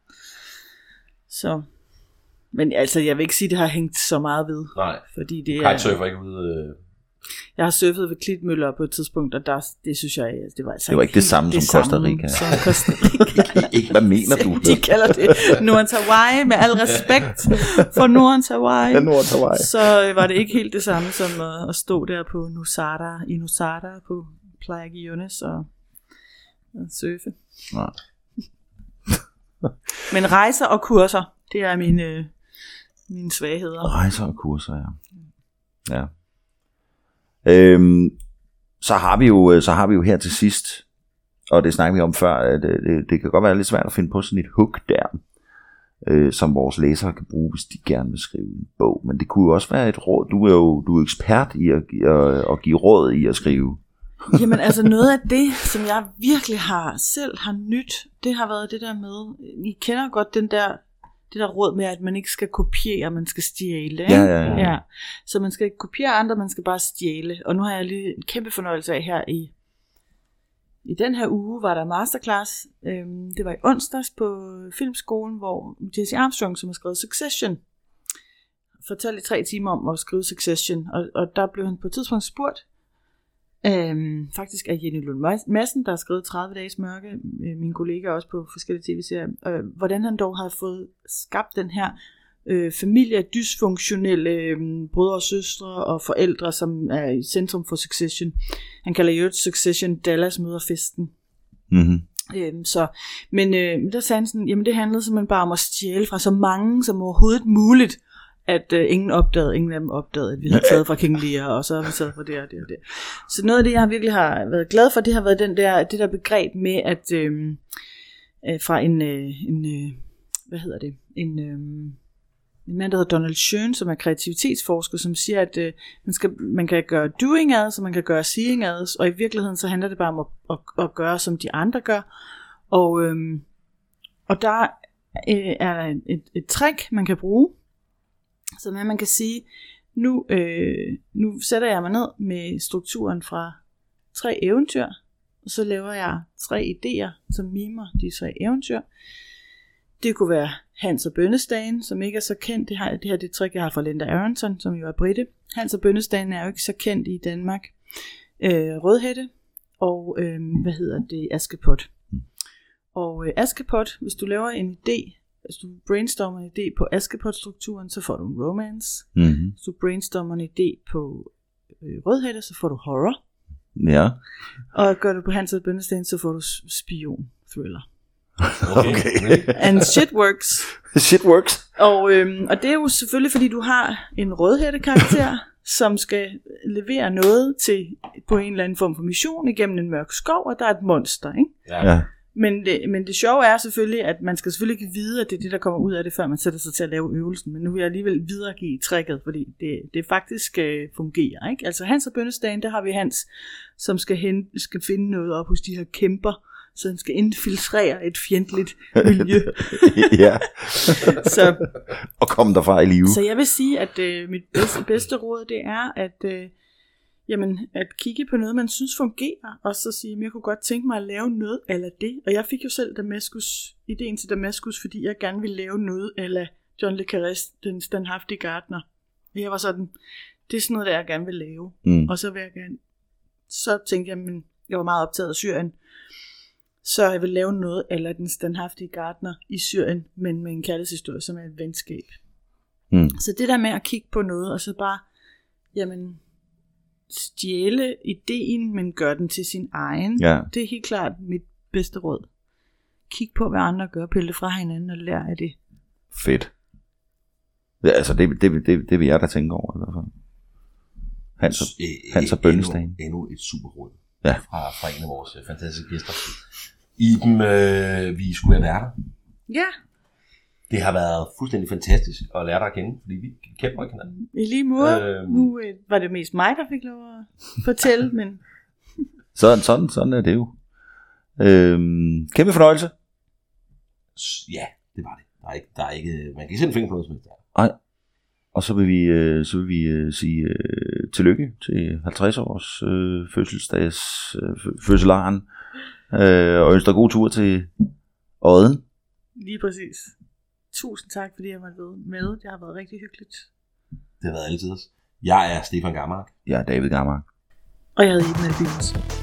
[SPEAKER 3] Så. Men altså, jeg vil ikke sige, at det har hængt så meget ved.
[SPEAKER 1] Nej.
[SPEAKER 3] Fordi det er.
[SPEAKER 1] Kitesurfer ikke ude. Øh...
[SPEAKER 3] Jeg har surfet ved Klitmøller på et tidspunkt, og der, det synes jeg, det var altså
[SPEAKER 2] det var ikke det samme
[SPEAKER 3] det
[SPEAKER 2] som Costa Rica.
[SPEAKER 3] Som Costa Rica.
[SPEAKER 2] Hvad mener du?
[SPEAKER 3] De kalder det Nordens Hawaii, med al respekt for Nordens Hawaii.
[SPEAKER 2] Ja, Nordens Hawaii.
[SPEAKER 3] Så var det ikke helt det samme som at stå der på Nusada, i Nusada på Playa Guiones og, og surfe.
[SPEAKER 2] Nej.
[SPEAKER 3] Men rejser og kurser, det er mine, mine svagheder.
[SPEAKER 2] Rejser og kurser, ja. Ja. Øhm, så har vi jo så har vi jo her til sidst, og det snakker vi om før, at det, det, det kan godt være lidt svært at finde på sådan et hook der, øh, som vores læsere kan bruge, hvis de gerne vil skrive en bog. Men det kunne jo også være et råd. Du er jo du er ekspert i at, at, at give råd i at skrive.
[SPEAKER 3] Jamen altså noget af det, som jeg virkelig har selv har nyt, det har været det der med, I kender godt den der det der råd med, at man ikke skal kopiere, man skal stjæle.
[SPEAKER 2] Ja, ja, ja.
[SPEAKER 3] Ja. Så man skal ikke kopiere andre, man skal bare stjæle. Og nu har jeg lige en kæmpe fornøjelse af her i, i den her uge, var der masterclass. Øhm, det var i onsdags på Filmskolen, hvor Jesse Armstrong, som har skrevet Succession, fortalte i tre timer om at skrive Succession. Og, og der blev han på et tidspunkt spurgt, Øhm, faktisk er Jenny Lund Madsen, der har skrevet tredive dages mørke, øh, min kollega også på forskellige tv-serier, øh, hvordan han dog har fået skabt den her øh, familie af dysfunktionelle øh, brødre og søstre og forældre, som er i centrum for Succession. Han kalder jo Succession Dallas møder festen.
[SPEAKER 2] Mm-hmm.
[SPEAKER 3] Øhm, så, men øh, der sagde han sådan, jamen det handlede simpelthen bare om at stjæle fra så mange som overhovedet muligt, at øh, ingen opdagede, ingen af dem opdagede, at vi havde taget fra King Lear, og så har vi taget fra det og det og det. Så noget af det, jeg virkelig har været glad for, det har været den der, det der begreb med, at øh, øh, fra en, øh, en øh, hvad hedder det, en, øh, en mand, der hedder Donald Schoen, som er kreativitetsforsker, som siger, at øh, man, skal, man kan gøre doing ads, og man kan gøre seeing ads, og i virkeligheden så handler det bare om at, at, at gøre, som de andre gør. Og, øh, og der øh, er der et, et, et trick, man kan bruge, så man kan sige, nu, øh, nu sætter jeg mig ned med strukturen fra tre eventyr, og så laver jeg tre idéer, som mimer de tre eventyr. Det kunne være Hans og Bønnestagen, som ikke er så kendt. Det, her, det her det er et trick, jeg har fra Linda Aronson, som jo er britte. Hans og Bønnestagen er jo ikke så kendt i Danmark. Øh, Rødhætte og øh, hvad hedder det, Askepot. Og øh, Askepot, hvis du laver en idé, hvis du brainstormer en idé på Askepot-strukturen, så får du en romance.
[SPEAKER 2] Mm-hmm. Hvis
[SPEAKER 3] du brainstormer en idé på øh, Rødhætte, så får du horror.
[SPEAKER 2] Ja.
[SPEAKER 3] Og gør du på Hans og Bønnestagen, så får du spion-thriller.
[SPEAKER 2] Okay.
[SPEAKER 3] And shit works.
[SPEAKER 2] Shit works.
[SPEAKER 3] Og, øhm, og det er jo selvfølgelig, fordi du har en Rødhætte-karakter, som skal levere noget til på en eller anden form for mission igennem en mørk skov, og der er et monster, ikke?
[SPEAKER 2] Ja.
[SPEAKER 3] Men det, men det sjove er selvfølgelig, at man skal selvfølgelig ikke vide, at det er det, der kommer ud af det, før man sætter sig til at lave øvelsen. Men nu vil jeg alligevel videregive tricket, fordi det, det faktisk øh, fungerer, ikke? Altså Hans og Bønnestagen, der har vi Hans, som skal, hen, skal finde noget op hos de her kæmper, så han skal infiltrere et fjendtligt miljø.
[SPEAKER 2] Ja.
[SPEAKER 3] så,
[SPEAKER 2] og komme derfra i live.
[SPEAKER 3] Så jeg vil sige, at øh, mit bedste, bedste råd, det er, at, øh, jamen, at kigge på noget, man synes fungerer, og så sige, at jeg kunne godt tænke mig at lave noget eller det. Og jeg fik jo selv Damaskus, ideen til Damaskus, fordi jeg gerne ville lave noget eller John le Carré, den standhaftige gartner. Og jeg var sådan, det er sådan noget, der jeg gerne vil lave. Mm. Og så vil jeg gerne, så tænkte jeg, men jeg var meget optaget af Syrien, så jeg vil lave noget eller den standhaftige gartner i Syrien, men med en kærlighedshistorie, som er et venskab. Mm. Så det der med at kigge på noget, og så bare, jamen, stjæle ideen, men gøre den til sin egen,
[SPEAKER 2] ja.
[SPEAKER 3] Det er helt klart mit bedste råd. Kig på, hvad andre gør, pille det fra hinanden og lær af det.
[SPEAKER 2] Fedt. Ja, altså, det, det, det, det vil jeg da tænke over i hvert fald. Hans og, Æ, Hans og Bønnestagen.
[SPEAKER 1] Endnu, endnu et super råd.
[SPEAKER 2] Ja.
[SPEAKER 1] Fra, fra en af vores fantastiske gæster. Iben, øh, vi skulle have været der.
[SPEAKER 3] Ja.
[SPEAKER 1] Det har været fuldstændig fantastisk at lære dig at kende, fordi vi kender ikke hinanden.
[SPEAKER 3] I lige måde. Øhm. Nu øh, var det mest mig, der fik lov at fortælle, men...
[SPEAKER 2] sådan, sådan, sådan er det jo. Øhm, kæmpe fornøjelse.
[SPEAKER 1] Ja, det var det. Der er ikke, der er ikke, man kan ikke sætte en finger på noget som helst.
[SPEAKER 2] Nej. Og så vil vi, øh, så vil vi øh, sige øh, tillykke til halvtreds års øh, fødselsdags øh, fødselaren. Øh, og ønsker god tur til Odden.
[SPEAKER 3] Lige præcis. Tusind tak, fordi jeg var med. Det har været rigtig hyggeligt.
[SPEAKER 1] Det har været altid. Jeg er Stefan Gammark.
[SPEAKER 2] Jeg er David Gammark.
[SPEAKER 3] Og jeg hedder Iben Albinus.